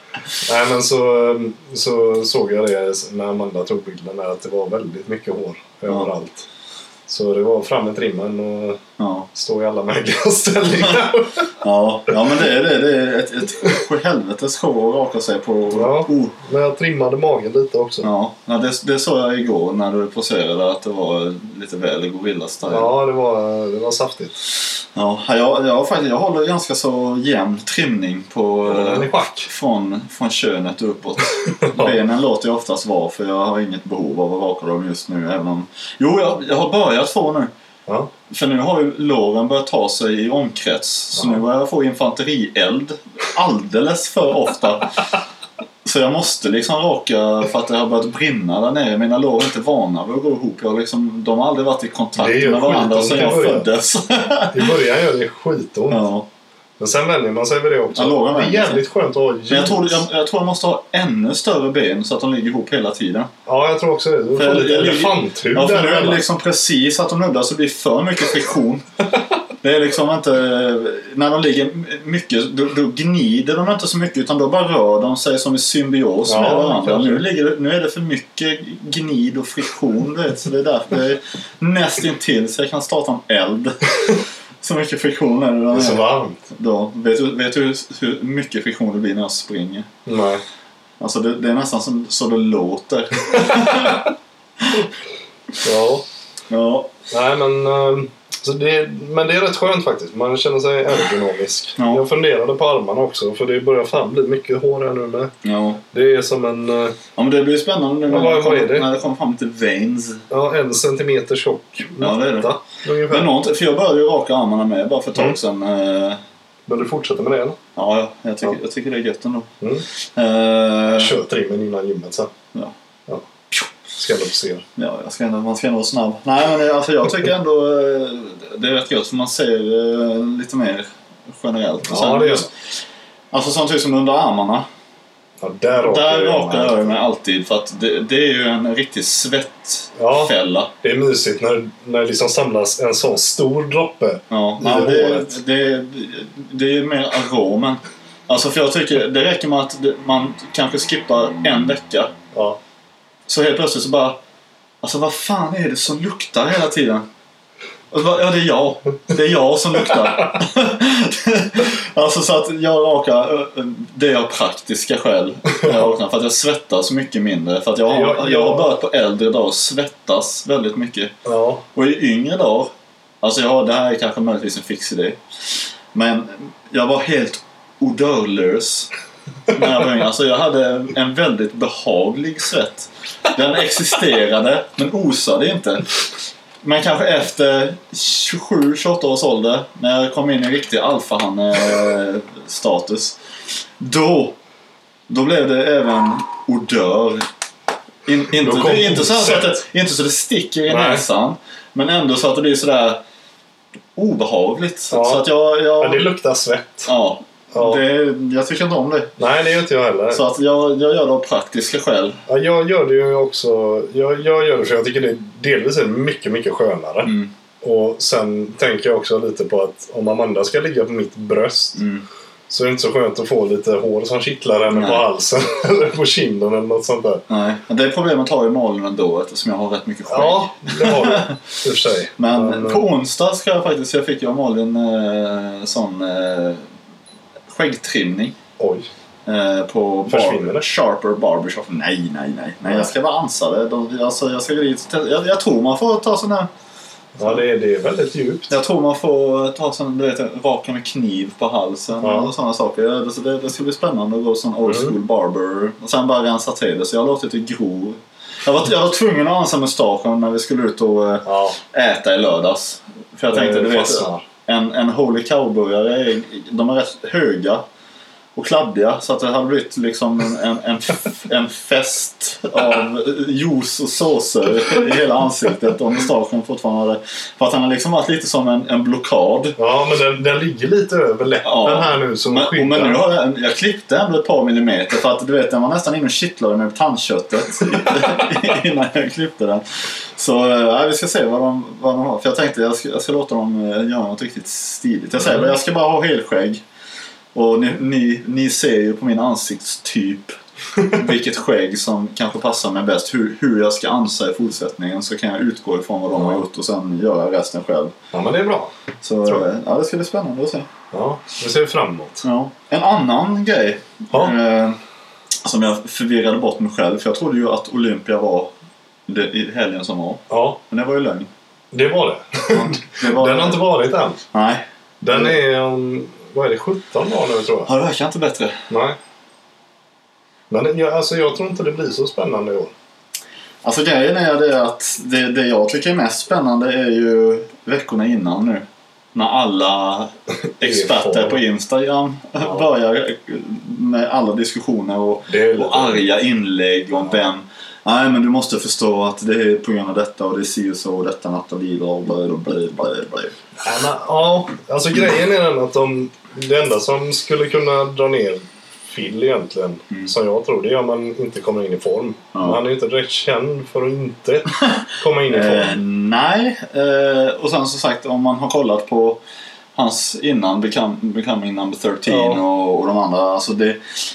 Speaker 1: Nej, men så, så såg jag det när Amanda tog bilden där, att det var väldigt mycket hår överallt. Ja. Så det var fram med trimmen och ja. Stå i alla möjliga ställningar.
Speaker 2: ja. ja, men det är det. Det är ett, ett helvetes show att raka sig på.
Speaker 1: Ja, oh. Men jag trimmade magen lite också.
Speaker 2: Ja, ja det, det såg jag igår när du poserade att det var lite väl gorilla-style.
Speaker 1: Ja, det var, det var saftigt.
Speaker 2: Ja, jag, jag, faktiskt, jag håller ganska så jämn trimning på,
Speaker 1: ja,
Speaker 2: från, från könet uppåt. Benen låter jag oftast vara, för jag har inget behov av att raka dem just nu. Även om... Jo, jag, jag har börjat få nu. Ja. För nu har ju låren börjat ta sig i omkrets. Så ja. Nu börjar jag få infanterield alldeles för ofta. Så jag måste liksom raka för att det har börjat brinna där nere. Mina lår är inte vana vid att gå ihop. Jag liksom, de har aldrig varit i kontakt med varandra sedan jag föddes.
Speaker 1: I början gör det skitont. Ja. Men sen vänjer man sig vid det också. Ja, det är jävligt skönt att ha jeans.
Speaker 2: Men jag tror, jag, jag tror jag måste ha ännu större ben så att de ligger ihop hela tiden.
Speaker 1: Ja, jag tror också det. Du får lite elefanthud.
Speaker 2: Ja, för nu är det liksom precis att de nuddar så blir för mycket friktion. Det är liksom inte... När de ligger mycket, då, då gnider de inte så mycket, utan då bara rör de sig som i symbios ja, med varandra. Nu, ligger, nu är det för mycket gnid och friktion, vet, så det är därför det är nästintill så jag kan starta en eld. Så mycket friktion är det.
Speaker 1: Det är så varmt.
Speaker 2: Då, vet du, vet du hur, hur mycket friktion det blir när jag springer?
Speaker 1: Nej.
Speaker 2: Alltså det, det är nästan som, så det låter.
Speaker 1: ja.
Speaker 2: Ja.
Speaker 1: Nej, men... Um... Så det, men det är rätt skönt faktiskt. Man känner sig ergonomisk. Ja. Jag funderade på armarna också. För det börjar fan bli mycket hår här nu med.
Speaker 2: Ja.
Speaker 1: Det är som en...
Speaker 2: Ja, men det blir spännande nu
Speaker 1: ja,
Speaker 2: när,
Speaker 1: vad,
Speaker 2: kom,
Speaker 1: vad är det?
Speaker 2: när det kommer fram till veins.
Speaker 1: Ja, en centimeter tjock.
Speaker 2: Ja, det är det. Ungefär. Men något, för jag började ju raka armarna med bara för ett tag mm. sedan. Eh...
Speaker 1: Men du fortsätter med det eller?
Speaker 2: Ja, ja. Jag, tycker, ja. jag tycker det är gött ändå.
Speaker 1: Mm.
Speaker 2: Eh...
Speaker 1: Kör trimmen innan gymmet så.
Speaker 2: Ja.
Speaker 1: Ja. Ska jag se.
Speaker 2: Ja, jag ska ändå, man ska ändå vara snabb. Nej, men alltså, jag tycker ändå det är rätt gött för man ser lite mer generellt.
Speaker 1: Och sen, ja, det är så.
Speaker 2: Alltså samtidigt som under armarna.
Speaker 1: Ja, där rakar
Speaker 2: där jag, rakar jag mig alltid för att det, det är ju en riktig svettfälla.
Speaker 1: Ja, det är mysigt när, när det liksom samlas en sån stor droppe
Speaker 2: ja,
Speaker 1: i
Speaker 2: ja,
Speaker 1: håret.
Speaker 2: Det, det, det är mer aromen. Alltså för jag tycker det räcker med att man kanske skippar en vecka.
Speaker 1: Ja.
Speaker 2: Så helt plötsligt så bara... Alltså vad fan är det som luktar hela tiden? Och så bara, ja, det är jag. Det är jag som luktar. Alltså så att jag rakar... Det är av praktiska skäl. Jag rakar för att jag svettas mycket mindre. För att jag har, ja, ja. jag har börjat på äldre dagar svettas väldigt mycket.
Speaker 1: Ja.
Speaker 2: Och i yngre dagar... Alltså jag har, det här är kanske möjligtvis en fix idé. Men jag var helt odörlös. När jag var yngre. Alltså jag hade en väldigt behaglig svett. Den existerade men osade inte. Men kanske efter tjugosju tjugoåtta års ålder, när jag kom in i riktig alfahanne-status, då då blev det även odör. In, inte, det är inte så, så att det, inte så det sticker i Nej. näsan, men ändå så att det blir sådär obehagligt.
Speaker 1: Ja.
Speaker 2: Så att jag, jag,
Speaker 1: men det luktar svett.
Speaker 2: Ja.
Speaker 1: Ja.
Speaker 2: Det, jag tycker inte om det.
Speaker 1: Nej, det gör inte jag heller.
Speaker 2: Så att jag, jag gör det av praktiska skäl.
Speaker 1: Ja, jag gör det ju också. Jag, jag gör det för jag tycker det delvis är mycket, mycket skönare.
Speaker 2: Mm.
Speaker 1: Och sen tänker jag också lite på att om Amanda ska ligga på mitt bröst
Speaker 2: mm.
Speaker 1: så är det inte så skönt att få lite hår som kittlar henne Nej. på halsen eller på kinden eller något sånt där.
Speaker 2: Nej, det problemet har ju Malin ändå eftersom jag har rätt mycket skägg.
Speaker 1: Ja, det har du. I och för sig.
Speaker 2: Men, Men på onsdag ska jag faktiskt, jag fick ju av Malin eh, sån eh, skäggtrimning.
Speaker 1: Oj.
Speaker 2: Eh, på bar- Sharper Barbershop. Nej, nej, nej. nej. Nej, jag ska vara ansare. De, alltså, jag, ska dit, jag, jag tror man får ta sån här...
Speaker 1: Ja, det är, det är väldigt djupt.
Speaker 2: Jag tror man får ta sån, du vet, raka med kniv på halsen ja. och sådana saker. Det, det, det ska bli spännande att gå sån old school mm. barber. Och sen bara rensa till det. Så jag har låtit det gro. Jag var, jag var tvungen att ansa mustaschen när vi skulle ut och ja. äta i lördags. För jag tänkte, du vet, en, en holy cowburgare är, de är rätt höga och kladdiga, så att det hade blivit liksom en, en, en, en fest av juice och såser i hela ansiktet, och mustaschen fortfarande, för att han har liksom varit lite som en, en blockad.
Speaker 1: Ja, men den, den ligger lite över läppen ja. här nu som
Speaker 2: men, men nu har jag, jag klippte ändå ett par millimeter, för att du vet, den var nästan in och kittlade med tandköttet innan jag klippte den. Så ja, vi ska se vad de, vad de har, för jag tänkte jag ska, jag ska låta dem göra något riktigt stiligt. Jag säger mm. jag ska bara ha helskägg. Och ni, ni, ni ser ju på min ansiktstyp vilket skägg som kanske passar mig bäst. Hur, hur jag ska ansa i fortsättningen, så kan jag utgå ifrån vad de har gjort och sen göra resten själv.
Speaker 1: Ja, men det är bra.
Speaker 2: Så ja, det ska bli spännande att se.
Speaker 1: Ja, det ser vi fram emot.
Speaker 2: Ja. En annan grej ja. eh, som jag förvirrade bort mig själv. För jag trodde ju att Olympia var det, i helgen som var.
Speaker 1: Ja.
Speaker 2: Men det var ju lögn.
Speaker 1: Det var det. Ja, det var Den det. har inte varit än.
Speaker 2: Nej.
Speaker 1: Den är um, vad är det, sjutton dagar nu tror jag.
Speaker 2: Ja, det verkar inte bättre.
Speaker 1: Nej. Men jag, alltså, jag tror inte det blir så spännande i år.
Speaker 2: Alltså grejen är det att det, det jag tycker är mest spännande är ju veckorna innan nu. När alla experter på Instagram ja. börjar med alla diskussioner och, och arga inlägg om ja. vem. Nej, men du måste förstå att det är på grund av detta och det ser så och detta nattaliv och blöd och blöd, blöd, blöd.
Speaker 1: Ja, alltså grejen är den att de, det enda som skulle kunna dra ner Phil egentligen, mm. som jag tror, det är om man inte kommer in i form. Ja. Han är ju inte direkt känd för att inte komma in i form.
Speaker 2: eh, nej, eh, och sen som sagt, om man har kollat på hans innan Become, Becoming Number tretton ja. och, och de andra, alltså det,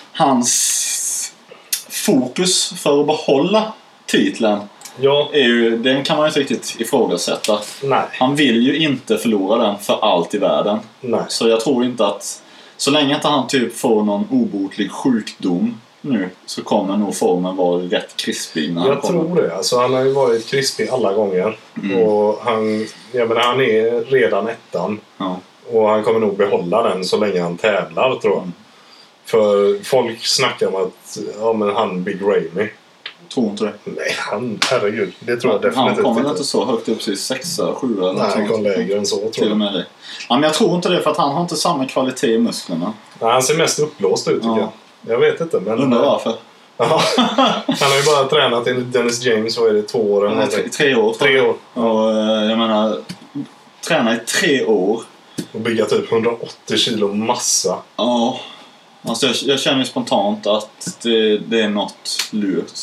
Speaker 2: hans fokus för att behålla titeln
Speaker 1: ja.
Speaker 2: är ju, den kan man ju inte riktigt ifrågasätta.
Speaker 1: Nej.
Speaker 2: Han vill ju inte förlora den för allt i världen.
Speaker 1: Nej.
Speaker 2: Så jag tror inte att så länge inte han typ får någon obotlig sjukdom nu, så kommer nog formen vara rätt krispig. När
Speaker 1: jag
Speaker 2: han kommer.
Speaker 1: tror det. Alltså, han har ju varit krispig alla gånger. Mm. Och han, jag menar, han är redan ettan.
Speaker 2: Ja.
Speaker 1: Och han kommer nog behålla den så länge han tävlar, tror jag. Mm. För folk snackar om att ja, men han Big Ramy.
Speaker 2: Tror inte det.
Speaker 1: Nej, han, herregud. Det tror jag definitivt
Speaker 2: inte. Han kommer
Speaker 1: inte
Speaker 2: inte så högt upp sig, sexa, sjua.
Speaker 1: Nej, han kom lägre än så, tror
Speaker 2: till och med det. Ja, men jag tror inte det, för att han har inte samma kvalitet i musklerna.
Speaker 1: Nej, han ser mest uppblåst ut, tycker ja. jag. Jag vet inte, men...
Speaker 2: Undrar varför.
Speaker 1: Ja. Han har ju bara tränat i Dennis James, vad är det, två år?
Speaker 2: Eller tre, tre år.
Speaker 1: Tre år.
Speaker 2: Och jag menar, träna i tre år.
Speaker 1: Och bygga typ hundraåttio kilo massa.
Speaker 2: Ja. Alltså jag, jag känner spontant att det, det är något lurt.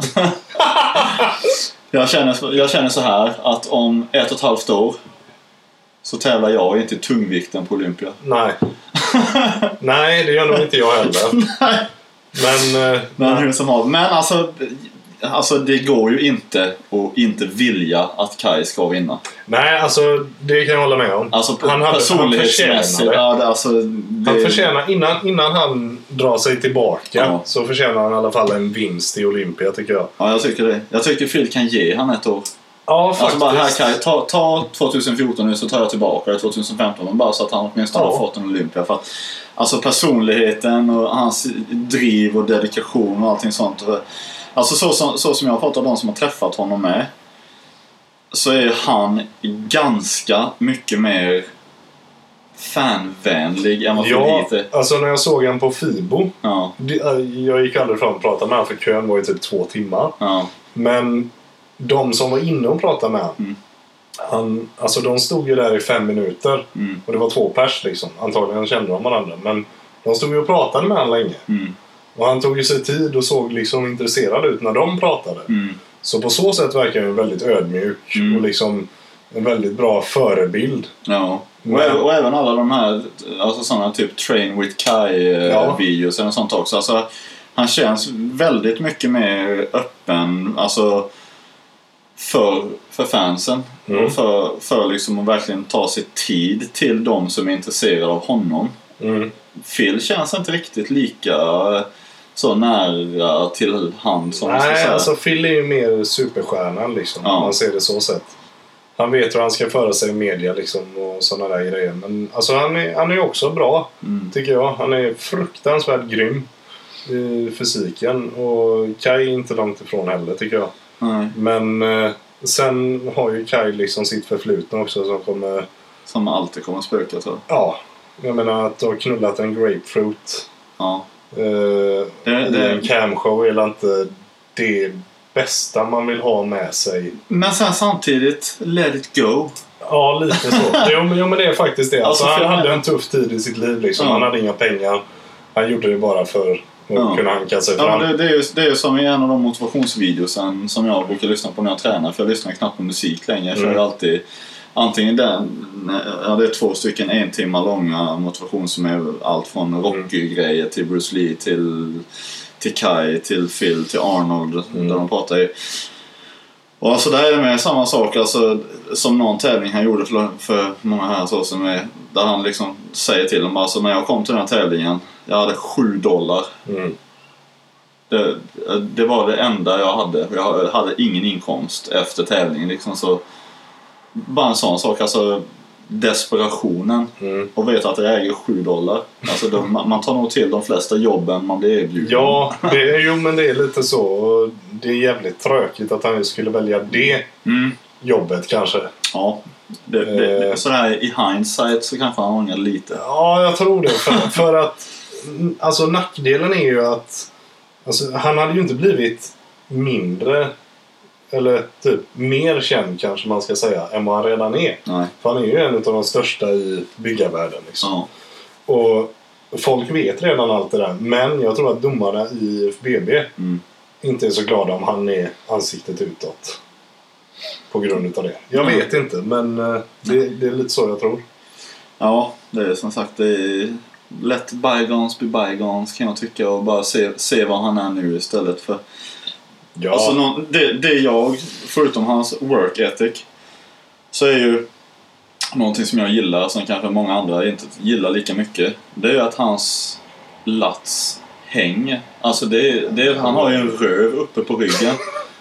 Speaker 2: jag, känner, jag känner så här att om ett och ett halvt år så tävlar jag inte i tungvikten på Olympia.
Speaker 1: Nej. Nej, det gör nog inte jag heller.
Speaker 2: Nej.
Speaker 1: Men, uh,
Speaker 2: men hur som helst. Men alltså, alltså det går ju inte att inte vilja att Kai ska vinna.
Speaker 1: Nej, alltså det kan jag hålla med om.
Speaker 2: Alltså han hade personlighetsmässigt. Ja, det, alltså, det...
Speaker 1: Han förtjänar, innan, innan han drar sig tillbaka ja. så förtjänar han i alla fall en vinst i Olympia, tycker jag.
Speaker 2: Ja, jag tycker det. Jag tycker Phil kan ge han ett år.
Speaker 1: Ja, faktiskt.
Speaker 2: Alltså bara här Kai, ta, ta tjugohundrafjorton nu så tar jag tillbaka det tjugohundrafemton, men bara så att han åtminstone ja. har fått en Olympia. För att, alltså personligheten och hans driv och dedikation och allting sånt. Alltså så som, så som jag har fått av de som har träffat honom med, så är han ganska mycket mer fanvänlig än vad
Speaker 1: ja,
Speaker 2: lite.
Speaker 1: Alltså när jag såg han på Fibo
Speaker 2: ja.
Speaker 1: jag gick aldrig fram och pratade med honom, för kön var ju typ två timmar
Speaker 2: ja.
Speaker 1: Men de som var inne och pratade med honom
Speaker 2: mm.
Speaker 1: han, alltså de stod ju där i fem minuter
Speaker 2: mm.
Speaker 1: och det var två pers liksom, antagligen kände de varandra, men de stod ju och pratade med honom länge
Speaker 2: mm.
Speaker 1: och han tog ju sig tid och såg liksom intresserad ut när de pratade
Speaker 2: mm.
Speaker 1: så på så sätt verkar han väldigt ödmjuk mm. och liksom en väldigt bra förebild.
Speaker 2: Ja. Och, även, och även alla de här, alltså sådana typ Train with Kai-videos ja. eller sånt också. Alltså, han känns väldigt mycket mer öppen, alltså för, för fansen mm. och för, för liksom att verkligen ta sig tid till de som är intresserade av honom.
Speaker 1: Mm.
Speaker 2: Phil känns inte riktigt lika så nära till han som
Speaker 1: nej,
Speaker 2: ska säga.
Speaker 1: Alltså Phil är ju mer superstjärnan liksom, ja. om man ser det så sett. Han vet hur han ska föra sig i media liksom, och sådana där grejer. Men alltså, han är, han är ju också bra,
Speaker 2: mm.
Speaker 1: tycker jag. Han är fruktansvärt grym i fysiken. Och Kai är inte långt ifrån heller, tycker jag.
Speaker 2: Nej.
Speaker 1: Men eh, sen har ju Kai liksom sitt förflutna också som kommer...
Speaker 2: Som alltid kommer spöka, tror jag.
Speaker 1: Ja, jag menar att du har knullat en grapefruit.
Speaker 2: Ja.
Speaker 1: Eh,
Speaker 2: det, det...
Speaker 1: I en camshow är inte det bästa man vill ha med sig.
Speaker 2: Men sen samtidigt, let it go.
Speaker 1: Ja, lite så. Jo, men, jo, men det är faktiskt det. Alltså,
Speaker 2: alltså,
Speaker 1: han hade en tuff tid i sitt liv. Liksom.
Speaker 2: Ja.
Speaker 1: Han hade inga pengar. Han gjorde det bara för att ja. kunna hanka sig fram.
Speaker 2: Ja, det, det, är ju, det är ju som i en av de motivationsvideosen som jag brukar lyssna på när jag tränar. För jag lyssnar knappt på musik längre. Jag kör mm. alltid antingen den, ja, det är två stycken en timme långa motivation som är allt från Rocky-grejer till Bruce Lee till, till Kai, till Phil, till Arnold, mm. där de pratar i. Och alltså där är det med samma sak, alltså, som någon tävling han gjorde för, för många här så som är, där han liksom säger till dem, alltså när jag kom till den här tävlingen, jag hade sju dollar. Mm. Det, det var det enda jag hade. Jag hade ingen inkomst efter tävlingen liksom, så bara en sån sak, alltså desperationen mm. och vet att det äger sju dollar. Alltså de, man tar nog till de flesta jobben man blir erbjuden.
Speaker 1: Ja, det är, jo men det är lite så. Det är jävligt tråkigt att han skulle välja det mm. jobbet kanske.
Speaker 2: Ja, det, det, eh. sådär i hindsight så kanske han ångrar lite.
Speaker 1: Ja, jag tror det. För, för att alltså nackdelen är ju att alltså, han hade ju inte blivit mindre eller typ mer känd kanske man ska säga än vad han redan är. Nej. För han är ju en av de största i byggarvärlden liksom. Ja. Och folk vet redan allt det där. Men jag tror att domarna i F B B mm. inte är så glada om han är ansiktet utåt. På grund av det. Jag mm. vet inte, men det, det är lite så jag tror.
Speaker 2: Ja, det är som sagt, det är let bygons be bygons kan jag tycka, och bara se, se vad han är nu istället för. Ja. Alltså någon, det, det jag, förutom hans work ethic, så är ju någonting som jag gillar som kanske många andra inte gillar lika mycket. Det är ju att hans lats hänger. Alltså det, det, han har ju en röv uppe på ryggen.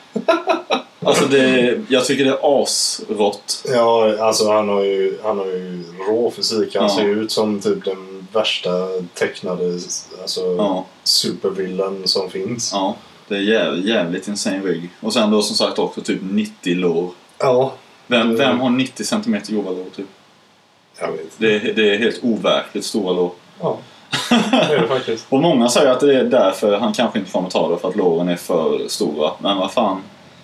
Speaker 2: Alltså det, jag tycker det är asrått.
Speaker 1: Ja, alltså han har ju, han har ju rå fysik. Han ja. ser ut som typ den värsta tecknade alltså ja. supervillen som finns.
Speaker 2: Ja. Det är jävligt, jävligt insane rygg. Och sen då som sagt också typ nittio lår.
Speaker 1: Ja.
Speaker 2: Vem, vem har nittio centimeter grova lår typ?
Speaker 1: Jag vet.
Speaker 2: Det, det är helt overkligt stora lår.
Speaker 1: Ja, det är det faktiskt.
Speaker 2: Och många säger att det är därför han kanske inte kommer ta det, för att låren är för stora. Men vad fan.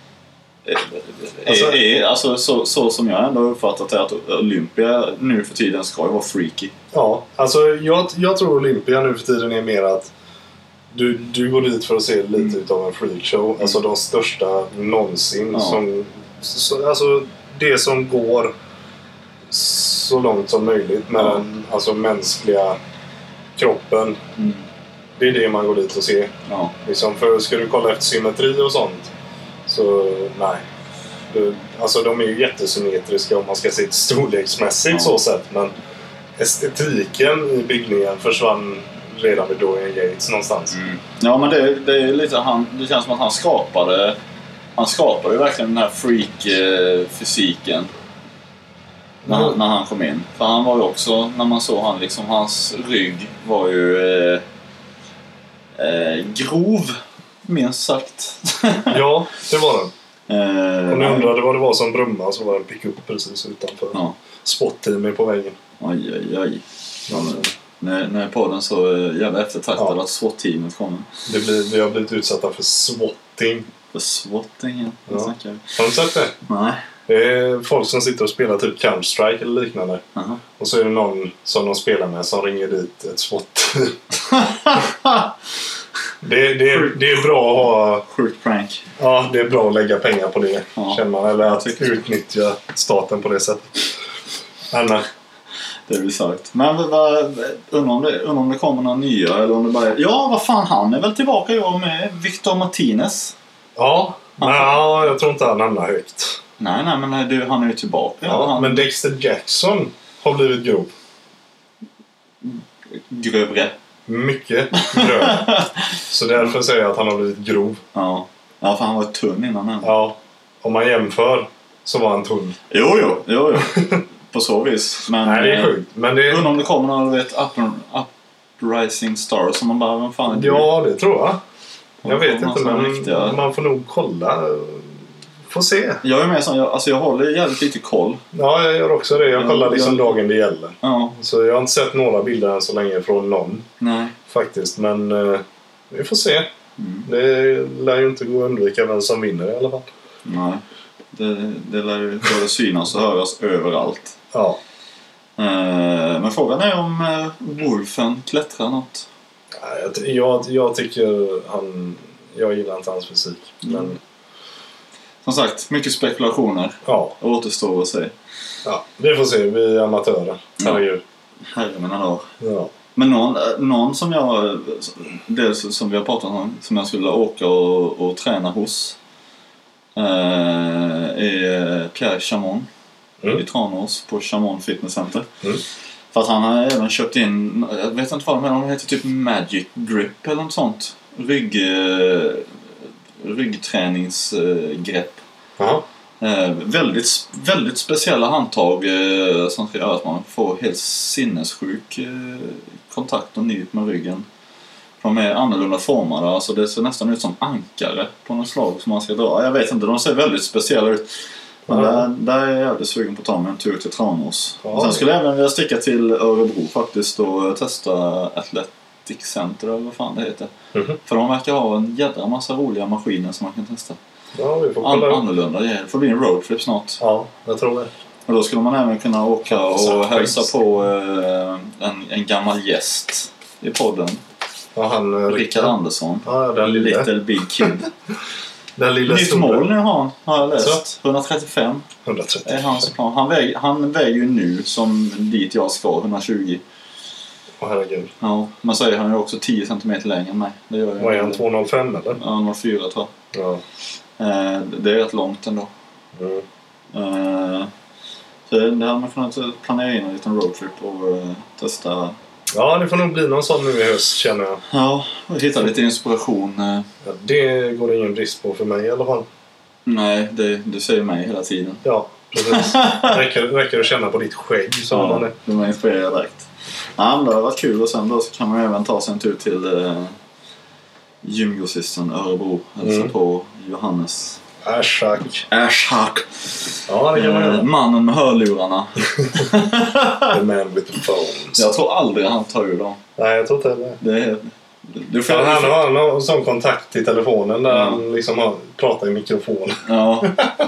Speaker 2: Alltså, är, är, alltså så, så som jag ändå uppfattat är att Olympia nu för tiden ska ju vara freaky.
Speaker 1: Ja, alltså jag, jag tror Olympia nu för tiden är mer att Du, du går dit för att se lite mm. utav en freakshow. Mm. Alltså de största någonsin. Ja. Som, så, alltså det som går så långt som möjligt med ja. den alltså, mänskliga kroppen. Mm. Det är det man går dit och ser. Ja. Liksom, för ska du kolla efter symmetri och sånt, så nej. Du, alltså de är ju jättesymmetriska om man ska se storleksmässigt ja. så sett. Men estetiken i byggningen försvann redan vid Dorian Yates någonstans. Mm.
Speaker 2: Ja, men det, det är lite han, det känns som att han skapade han skapade ju verkligen den här freak-fysiken eh, när, mm. när han kom in. För han var ju också, när man såg han liksom, hans rygg var ju eh, eh, grov, minst sagt.
Speaker 1: Ja, det var den. Eh, Om ni undrade vad det var som brummade, så var det en pick-up precis utanför. Ja. Spot-team är på vägen.
Speaker 2: Oj, oj, oj. Ja, men, När, när podden så jävla eftertraktad ja. att SWAT-teamet kommer.
Speaker 1: Det blir, vi har blivit utsatta för swatting.
Speaker 2: För swatting, ja.
Speaker 1: ja. Har du sett det?
Speaker 2: Nej.
Speaker 1: Det är folk som sitter och spelar typ Counter-Strike eller liknande. Uh-huh. Och så är det någon som de spelar med som ringer dit ett SWAT. det, det, är, det är bra att ha...
Speaker 2: Sjukt prank.
Speaker 1: Ja, det är bra att lägga pengar på det. Ja. Känner man. Eller att utnyttja staten på det sättet. Anna.
Speaker 2: Det är väl sagt. Men vad, undrar, om det, undrar om det kommer några nya, eller om det bara är, ja, vad fan, han är väl tillbaka jag med Victor Martinez.
Speaker 1: Ja, men ja, jag tror inte han hamnar högt.
Speaker 2: Nej, nej, men du, han är ju tillbaka.
Speaker 1: Ja,
Speaker 2: han...
Speaker 1: Men Dexter Jackson har blivit grov.
Speaker 2: Grövre.
Speaker 1: Mycket grövre. Så därför säger jag att han har blivit grov.
Speaker 2: Ja, ja, för han var tunn innan han.
Speaker 1: Ja, om man jämför så var han tunn.
Speaker 2: Jo, jo, jo, jo. På så vis. Men,
Speaker 1: nej, det är sjukt. Men det är...
Speaker 2: undrar om det kommer någon, vet, up, uprising star som man bara, vem fan är det?
Speaker 1: Ja, det tror jag. Jag vet inte, men riktiga... man får nog kolla. Får se.
Speaker 2: Jag är med som, jag, alltså jag håller jävligt lite koll.
Speaker 1: Ja, jag gör också det. Jag kollar liksom jag... dagen det gäller.
Speaker 2: Ja.
Speaker 1: Så jag har inte sett några bilder än så länge från någon.
Speaker 2: Nej.
Speaker 1: Faktiskt, men uh, vi får se. Mm. Det lär ju inte gå att undvika vem som vinner i alla fall.
Speaker 2: Nej. Det, det lär ju både synas och höras överallt.
Speaker 1: Ja.
Speaker 2: Uh, men frågan är om uh, Wolfen klättrar något.
Speaker 1: Jag, jag, jag tycker han... Jag gillar inte hans fysik. Mm. Men...
Speaker 2: som sagt, mycket spekulationer.
Speaker 1: Ja.
Speaker 2: Återstår att se.
Speaker 1: Ja, vi får se. Vi är amatörer. Herregud.
Speaker 2: Herre mina dagar.
Speaker 1: Ja.
Speaker 2: Men någon, någon som jag, dels som vi har pratat om, som jag skulle åka och, och träna hos eh, är Pierre Chamon mm. i Tranås på Chamon Fitness Center. Mm. För att han har även köpt in, jag vet inte vad de heter, typ Magic Grip eller något sånt. Rygg, ryggträningsgrepp.
Speaker 1: Uh-huh.
Speaker 2: Eh, väldigt, väldigt speciella handtag eh, som ska göra att man får helt sinnessjuk eh, kontakt och nyp med ryggen. De är annorlunda formade, alltså det ser nästan ut som ankare på något slag som man ska dra. Jag vet inte, de ser väldigt speciella ut. Men uh-huh. där, där är jag sugen på att ta mig en tur till Tranås. Uh-huh. Sen skulle jag även vilja sticka till Örebro faktiskt och testa Athletic Center eller vad fan det heter. Uh-huh. För de verkar ha en jädra massa roliga maskiner som man kan testa.
Speaker 1: Ja, vi får
Speaker 2: An- annorlunda, det får bli en roadtrip snart.
Speaker 1: Ja, jag tror det.
Speaker 2: Och då skulle man även kunna åka och så, hälsa på eh, en, en gammal gäst i podden.
Speaker 1: Ja, han
Speaker 2: Rickard Andersson.
Speaker 1: Ja, den lilla.
Speaker 2: Little Big Kid.
Speaker 1: Den lilla
Speaker 2: Nytt
Speaker 1: stora.
Speaker 2: mål nu har han, har jag läst.
Speaker 1: Så.
Speaker 2: etthundratrettiofem
Speaker 1: etthundratrettiofem.
Speaker 2: är hans plan. Han väger, han väger ju nu som dit jag ska, etthundratjugo.
Speaker 1: Åh, herregud.
Speaker 2: Ja, men så är han ju också tio centimeter längre än mig. Det gör jag.
Speaker 1: Vad är han, två noll fem eller?
Speaker 2: Ja, noll fyra tror jag.
Speaker 1: Ja.
Speaker 2: Eh, det är rätt långt ändå.
Speaker 1: Mm.
Speaker 2: Eh, så det hade man kunnat planera in en liten roadtrip och uh, testa.
Speaker 1: Ja, det får nog bli någon sån nu i höst, känner jag.
Speaker 2: Ja, och hitta lite inspiration. Uh.
Speaker 1: Ja, det går det ingen brist på för mig i alla fall.
Speaker 2: Nej, det, du säger mig hela tiden.
Speaker 1: Ja, precis. räcker, räcker att känna på ditt skägg så
Speaker 2: ja,
Speaker 1: man är.
Speaker 2: du är inspirerad direkt. Ja, men det har varit kul och sen då så kan man även ta sig en tur till uh, gymgrossisten Örebro. Hälsa mm. på Johannes.
Speaker 1: Ashak.
Speaker 2: Ashak.
Speaker 1: Ja, det kan man göra.
Speaker 2: Mannen med hörlurarna.
Speaker 1: The man with the phones.
Speaker 2: Jag tror aldrig han tar ur dem.
Speaker 1: Nej, jag tror inte det.
Speaker 2: Det är... Du får
Speaker 1: ja, han har någon sån kontakt till telefonen där ja. Han liksom har, pratar i mikrofon.
Speaker 2: Ja.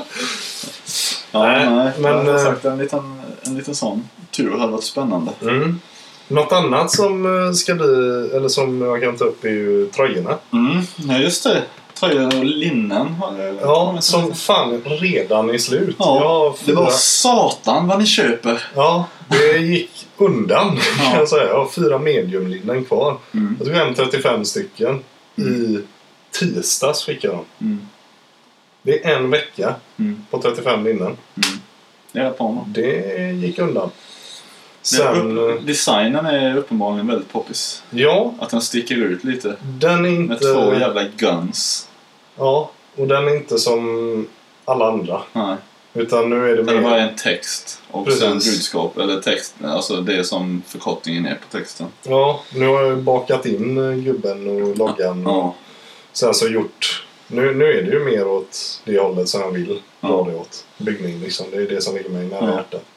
Speaker 2: ja nej, nej, men
Speaker 1: men
Speaker 2: sagt, en, liten, en liten sån tur hade varit spännande.
Speaker 1: Mm. Något annat som ska bli, eller som jag kan ta upp är ju tröjorna.
Speaker 2: Mm, ja just det. Tröjor och linnen har
Speaker 1: ja, som fan redan i slut.
Speaker 2: Ja, fyra... det var satan vad ni köper.
Speaker 1: Ja, det gick undan ja. Kan jag säga. Jag har fyra mediumlinnen kvar. Mm. Jag tog hem trettiofem stycken. Mm. I tisdags fick jag dem. Mm. Det är en vecka mm. på trettiofem linnen. Mm.
Speaker 2: Det är på
Speaker 1: Det gick undan. Sen,
Speaker 2: upp, designen är uppenbarligen väldigt poppis.
Speaker 1: Ja.
Speaker 2: Att den sticker ut lite.
Speaker 1: Den är inte...
Speaker 2: Med två jävla guns.
Speaker 1: Ja, och den är inte som alla andra.
Speaker 2: Nej.
Speaker 1: Utan nu är det
Speaker 2: mer...
Speaker 1: mer...
Speaker 2: Det var en text och
Speaker 1: precis.
Speaker 2: Sen budskap. Eller text, alltså det som förkortningen är på texten.
Speaker 1: Ja, nu har jag bakat in gubben och loggan. Ja. Och sen så gjort... Nu, nu är det ju mer åt det hållet som jag vill ja. Ha det åt. Byggning liksom. Det är det som ligger mig nära ja. Hjärtat.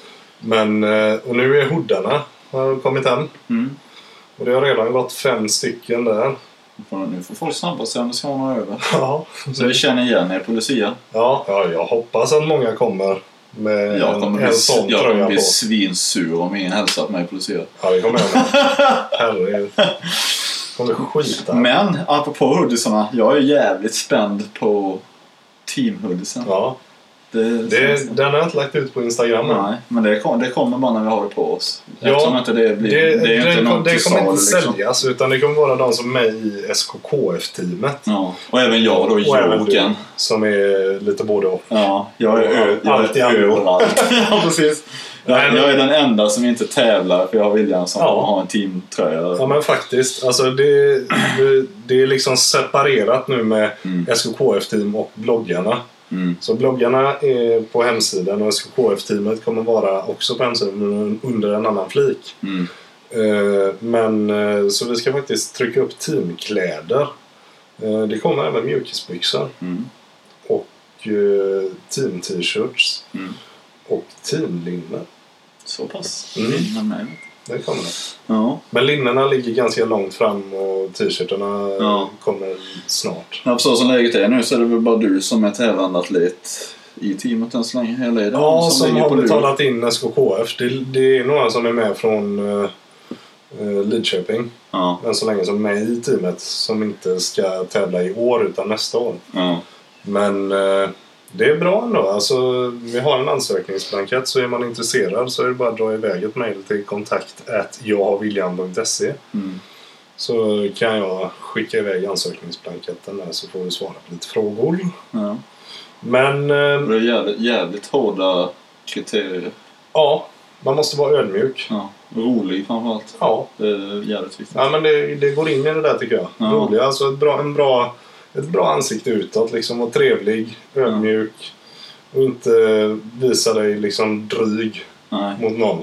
Speaker 1: Men, och nu är hoodarna har kommit hem. Mm. Och det har redan gått fem stycken där.
Speaker 2: Nu får folk snabba sig om det ska vara över.
Speaker 1: Ja.
Speaker 2: Så vi känner igen er på Lucia.
Speaker 1: Ja, ja, jag hoppas att många kommer med
Speaker 2: jag kommer
Speaker 1: en,
Speaker 2: bli,
Speaker 1: en sån
Speaker 2: jag
Speaker 1: tröja på.
Speaker 2: Jag kommer bli svinsur om ingen hälsar på mig på Lucia.
Speaker 1: Ja, det kommer jag med. Herregud. Kommer skita.
Speaker 2: Men, apropå hoodiesarna, jag är jävligt spänd på team-hoodiesen.
Speaker 1: Ja. Det, det, den har jag inte lagt ut på Instagram.
Speaker 2: Nej, men det, kom, det kommer bara när vi har det på oss.
Speaker 1: Ja,
Speaker 2: inte det, blir,
Speaker 1: det,
Speaker 2: det, är
Speaker 1: det,
Speaker 2: inte
Speaker 1: kom, det kommer inte
Speaker 2: liksom.
Speaker 1: säljas utan det kommer vara de som är med i S K K F-teamet.
Speaker 2: Ja, och även jag då, Joken.
Speaker 1: Som är lite både och.
Speaker 2: Ja, jag är, ö, jag
Speaker 1: allt
Speaker 2: är överallt. Ja, precis. Jag, jag är den enda som inte tävlar för jag vill gärna som ja. Ha en teamtröja.
Speaker 1: Ja men faktiskt, alltså det, det, det är liksom separerat nu med mm. S K K F-team och bloggarna. Mm. Så bloggarna är på hemsidan och S K K F-teamet kommer vara också på hemsidan under en annan flik. Mm. Uh, men uh, så vi ska faktiskt trycka upp teamkläder. Uh, det kommer även mjukisbyxor. Mm. Och uh, team-t-shirts. Mm. Och teamlinne.
Speaker 2: Så pass.
Speaker 1: Mm. Det kommer det.
Speaker 2: Ja.
Speaker 1: Men linnena ligger ganska långt fram och t-shirtarna ja. Kommer snart.
Speaker 2: Ja, så som läget är nu så är det väl bara du som är tävlande atlet i teamet än så länge. Eller är det
Speaker 1: ja,
Speaker 2: som,
Speaker 1: som har betalat in S K K F. Det, det är några som är med från uh, uh, Lidköping. Ja. Än så länge som är med i teamet som inte ska tävla i år utan nästa år. Ja. Men uh, Det är bra ändå. Alltså, vi har en ansökningsblankett, så är man intresserad så är det bara att dra iväg ett mejl till kontakt at jagviljan punkt se.
Speaker 2: Mm.
Speaker 1: Så kan jag skicka iväg ansökningsblanketten där, så får vi svara på lite frågor.
Speaker 2: Ja.
Speaker 1: Men...
Speaker 2: Det är jävligt, jävligt hårda kriterier.
Speaker 1: Ja, man måste vara ödmjuk.
Speaker 2: Ja. Rolig framförallt.
Speaker 1: Ja.
Speaker 2: Det är jävligt viktigt.
Speaker 1: Ja, men det, det går in i det där tycker jag.
Speaker 2: Ja.
Speaker 1: Rolig, alltså ett bra, en bra, ett bra ansikte utåt. Liksom, och trevlig, ödmjuk. Ja. Och inte visa dig liksom dryg. Nej. Mot någon.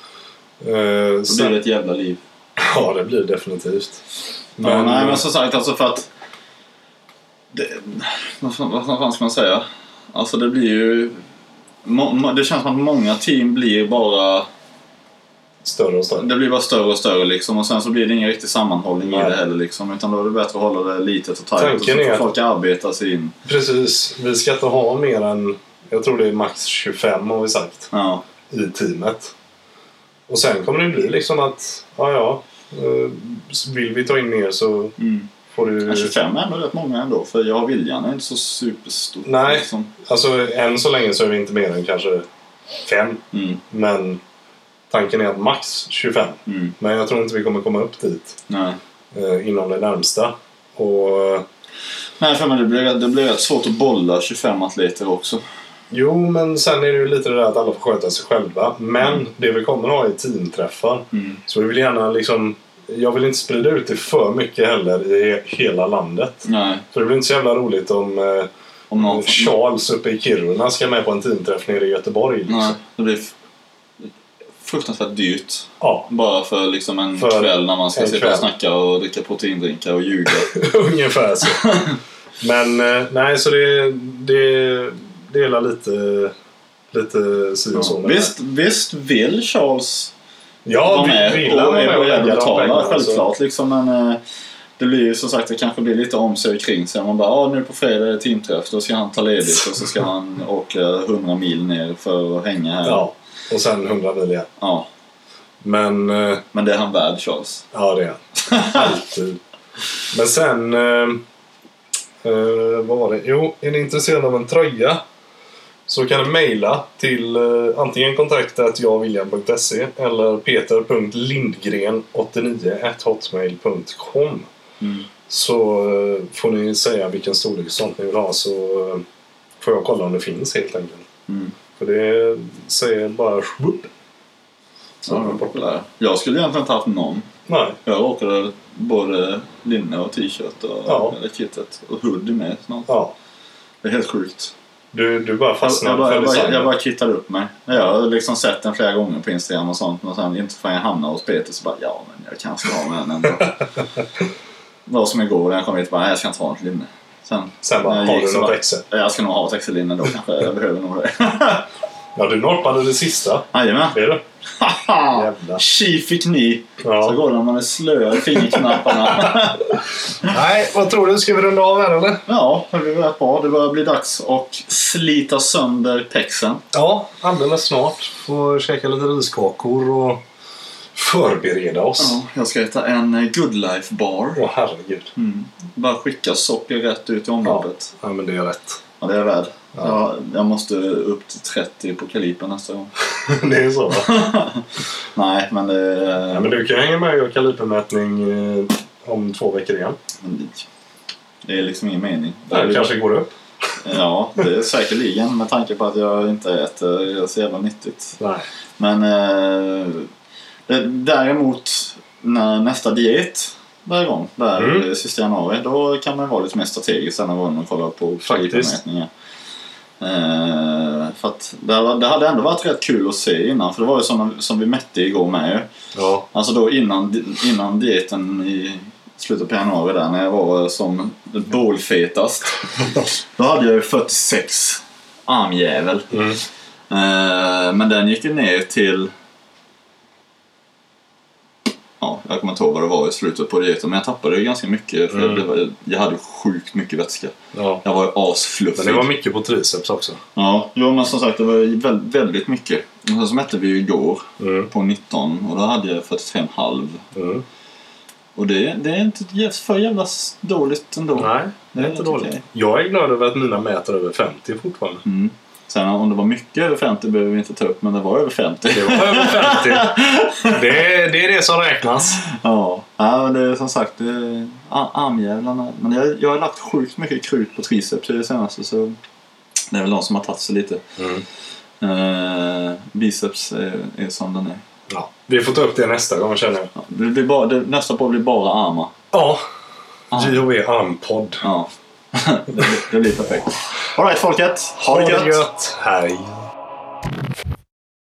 Speaker 2: Uh, Då sen, blir det ett jävla liv.
Speaker 1: Ja, det blir det definitivt.
Speaker 2: Men, ja, nej, men som sagt, alltså för att det, vad, vad, vad ska man säga? Alltså det blir ju må, det känns som att många team blir bara
Speaker 1: större och större.
Speaker 2: Det blir bara större och större liksom, och sen så blir det ingen riktig sammanhållning nej. I det heller liksom, utan då är det bättre att hålla det litet och tajt och så får folk arbeta sig in.
Speaker 1: Precis, vi ska inte ha mer än, jag tror det är max tjugofem har vi sagt,
Speaker 2: ja.
Speaker 1: I teamet. Och sen kommer det bli liksom att ja ja, vill vi ta in mer så
Speaker 2: mm.
Speaker 1: får du...
Speaker 2: Ja, tjugofem är ändå rätt många ändå, för jag har viljan är inte så superstor.
Speaker 1: Nej,
Speaker 2: liksom.
Speaker 1: Alltså än så länge så är vi inte mer än kanske fem.
Speaker 2: Mm.
Speaker 1: Men tanken är att max tjugofem.
Speaker 2: Mm.
Speaker 1: Men jag tror inte vi kommer komma upp dit.
Speaker 2: Nej.
Speaker 1: Eh, inom det närmsta. Och...
Speaker 2: Nej, för men det blir, det blir rätt svårt att bolla tjugofem atleter också.
Speaker 1: Jo, men sen är det ju lite det där att alla får sköta sig själva. Men mm. det vi kommer att ha är teamträffar.
Speaker 2: Mm.
Speaker 1: Så vi vill gärna liksom... Jag vill inte sprida ut det för mycket heller i hela landet.
Speaker 2: Nej.
Speaker 1: För det blir inte så jävla roligt om, eh,
Speaker 2: om någon
Speaker 1: Charles uppe i Kiruna ska med på en teamträff nere i Göteborg. Liksom.
Speaker 2: Nej, det blir f- fruktansvärt dyrt.
Speaker 1: Ja.
Speaker 2: Bara för liksom en
Speaker 1: för
Speaker 2: kväll när man ska sitta och snacka och dricka proteindrinkar och ljuga.
Speaker 1: Ungefär så. Men eh, nej, så det, det delar lite lite si och så.
Speaker 2: Ja. Visst, visst vill Charles
Speaker 1: ja,
Speaker 2: med
Speaker 1: vill
Speaker 2: och
Speaker 1: är
Speaker 2: beredd att betala
Speaker 1: pengar,
Speaker 2: självklart liksom, men eh, det blir ju som sagt, det kanske blir lite om sig kring sig. Man bara, ja nu på fredag är det teamträff, då ska han ta ledigt och så ska han åka hundra mil ner för att hänga här.
Speaker 1: Ja, och sen hundra mil igen.
Speaker 2: Ja.
Speaker 1: Men, eh,
Speaker 2: men det är han värd, Charles.
Speaker 1: Ja, det är han. Alltid. Men sen eh, eh, vad var det? Jo, är ni intresserade av en tröja så kan du mejla till eh, antingen kontaktat jagviljan punkt se eller peter punkt lindgren åttionio at hotmail punkt com.
Speaker 2: Mm.
Speaker 1: Så eh, får ni säga vilken storlek och sånt ni vill ha, så eh, får jag kolla om det finns helt enkelt.
Speaker 2: Mm.
Speaker 1: För det säger bara schwupp.
Speaker 2: Så ja, populär. Jag skulle egentligen inte haft någon.
Speaker 1: Nej.
Speaker 2: Jag råkade både linne och t-shirt och
Speaker 1: ja.
Speaker 2: kittet och hoodie med snart.
Speaker 1: Ja.
Speaker 2: Det är helt sjukt.
Speaker 1: Du, du bara fastnade
Speaker 2: jag, jag,
Speaker 1: för
Speaker 2: jag,
Speaker 1: designen.
Speaker 2: bara, jag bara kittade upp mig. Jag har liksom sett den flera gånger på Instagram och sånt. Men sen inte förrän jag hamnade hos Peter så bara, ja men jag kanske har med den ändå. Det var som igår när jag kom hit bara, nej jag ska inte ha ett linne. Sen,
Speaker 1: sen bara, har du något extra?
Speaker 2: Jag ska nog ha ett extra linne då kanske, jag behöver nog det.
Speaker 1: Ja, du norpade det sista.
Speaker 2: Jajamän.
Speaker 1: Det är det.
Speaker 2: Jävlar. Tji fick ni.
Speaker 1: Ja.
Speaker 2: Så går det när man är slö i fingerknapparna.
Speaker 1: Nej, vad tror du? Ska vi runda av här eller?
Speaker 2: Ja, det blir rätt bra. Det börjar bli dags att slita sönder pexen.
Speaker 1: Ja, alldeles snart. Får käka lite riskakor och förbereda oss.
Speaker 2: Ja, jag ska äta en Good Life bar.
Speaker 1: Åh, herregud.
Speaker 2: Mm. Bara skicka socker rätt ut i omloppet.
Speaker 1: Ja. Ja, men det är rätt.
Speaker 2: Ja, det är värd. Ja. Jag, jag måste upp till trettio på kalipen nästa gång.
Speaker 1: Det är så, va?
Speaker 2: Nej, men det...
Speaker 1: Ja, men du kan hänga med och göra kalipermätning eh, om två veckor igen.
Speaker 2: Det är liksom ingen mening.
Speaker 1: Det, det kanske går upp.
Speaker 2: Ja, det är säkerligen med tanke på att jag inte äter så jävla nyttigt.
Speaker 1: Nej.
Speaker 2: Men eh, det, däremot när nästa diet där igång, där mm. sista januari, då kan man vara lite mer strategisk när man kollar på kalipermätningar. Eh, för att det, det hade ändå varit rätt kul att se innan, för det var ju som, som vi mätte igår med.
Speaker 1: Ja.
Speaker 2: Alltså då innan, innan dieten i slutet på januari där, när jag var som bålfetast. Då hade jag ju fyrtiosex armjävel.
Speaker 1: Mm.
Speaker 2: Eh, men den gick ju ner till, ja, jag kommer inte ihåg vad det var i slutet på dieten, men jag tappade ju ganska mycket för mm. det var, jag hade sjukt mycket vätska.
Speaker 1: Ja.
Speaker 2: Jag var ju asfluffig.
Speaker 1: Men det var mycket på triceps också.
Speaker 2: Ja, jo, men som sagt det var väldigt, väldigt mycket. Och sen så mätte vi ju igår mm. på nitton och då hade jag fyrtiotre komma fem.
Speaker 1: Mm.
Speaker 2: Och det, det är inte för jävla dåligt ändå.
Speaker 1: Nej, det är
Speaker 2: det
Speaker 1: inte
Speaker 2: är
Speaker 1: dåligt.
Speaker 2: okej.
Speaker 1: Jag är glad över att mina mäter över femtio fortfarande.
Speaker 2: Mm. Sen om det var mycket över femtio behöver vi inte ta upp, men det var över femtio.
Speaker 1: Det var över femtio. det, är, det är det som räknas.
Speaker 2: Ja, ja det är som sagt det är armjävlarna. Men jag, jag har lagt sjukt mycket krut på triceps i det senaste, så det är väl de som har tagit sig lite.
Speaker 1: Mm.
Speaker 2: Uh, biceps är, är som den är.
Speaker 1: Ja, vi får ta upp det nästa gång, känner jag.
Speaker 2: Ja, det blir bara, det, nästa på blir bara armar.
Speaker 1: Ja,
Speaker 2: Ah.
Speaker 1: J H V armpodd.
Speaker 2: Ja, det, det blir perfekt. All right, folket. Ha det gött.
Speaker 1: gött. Hej.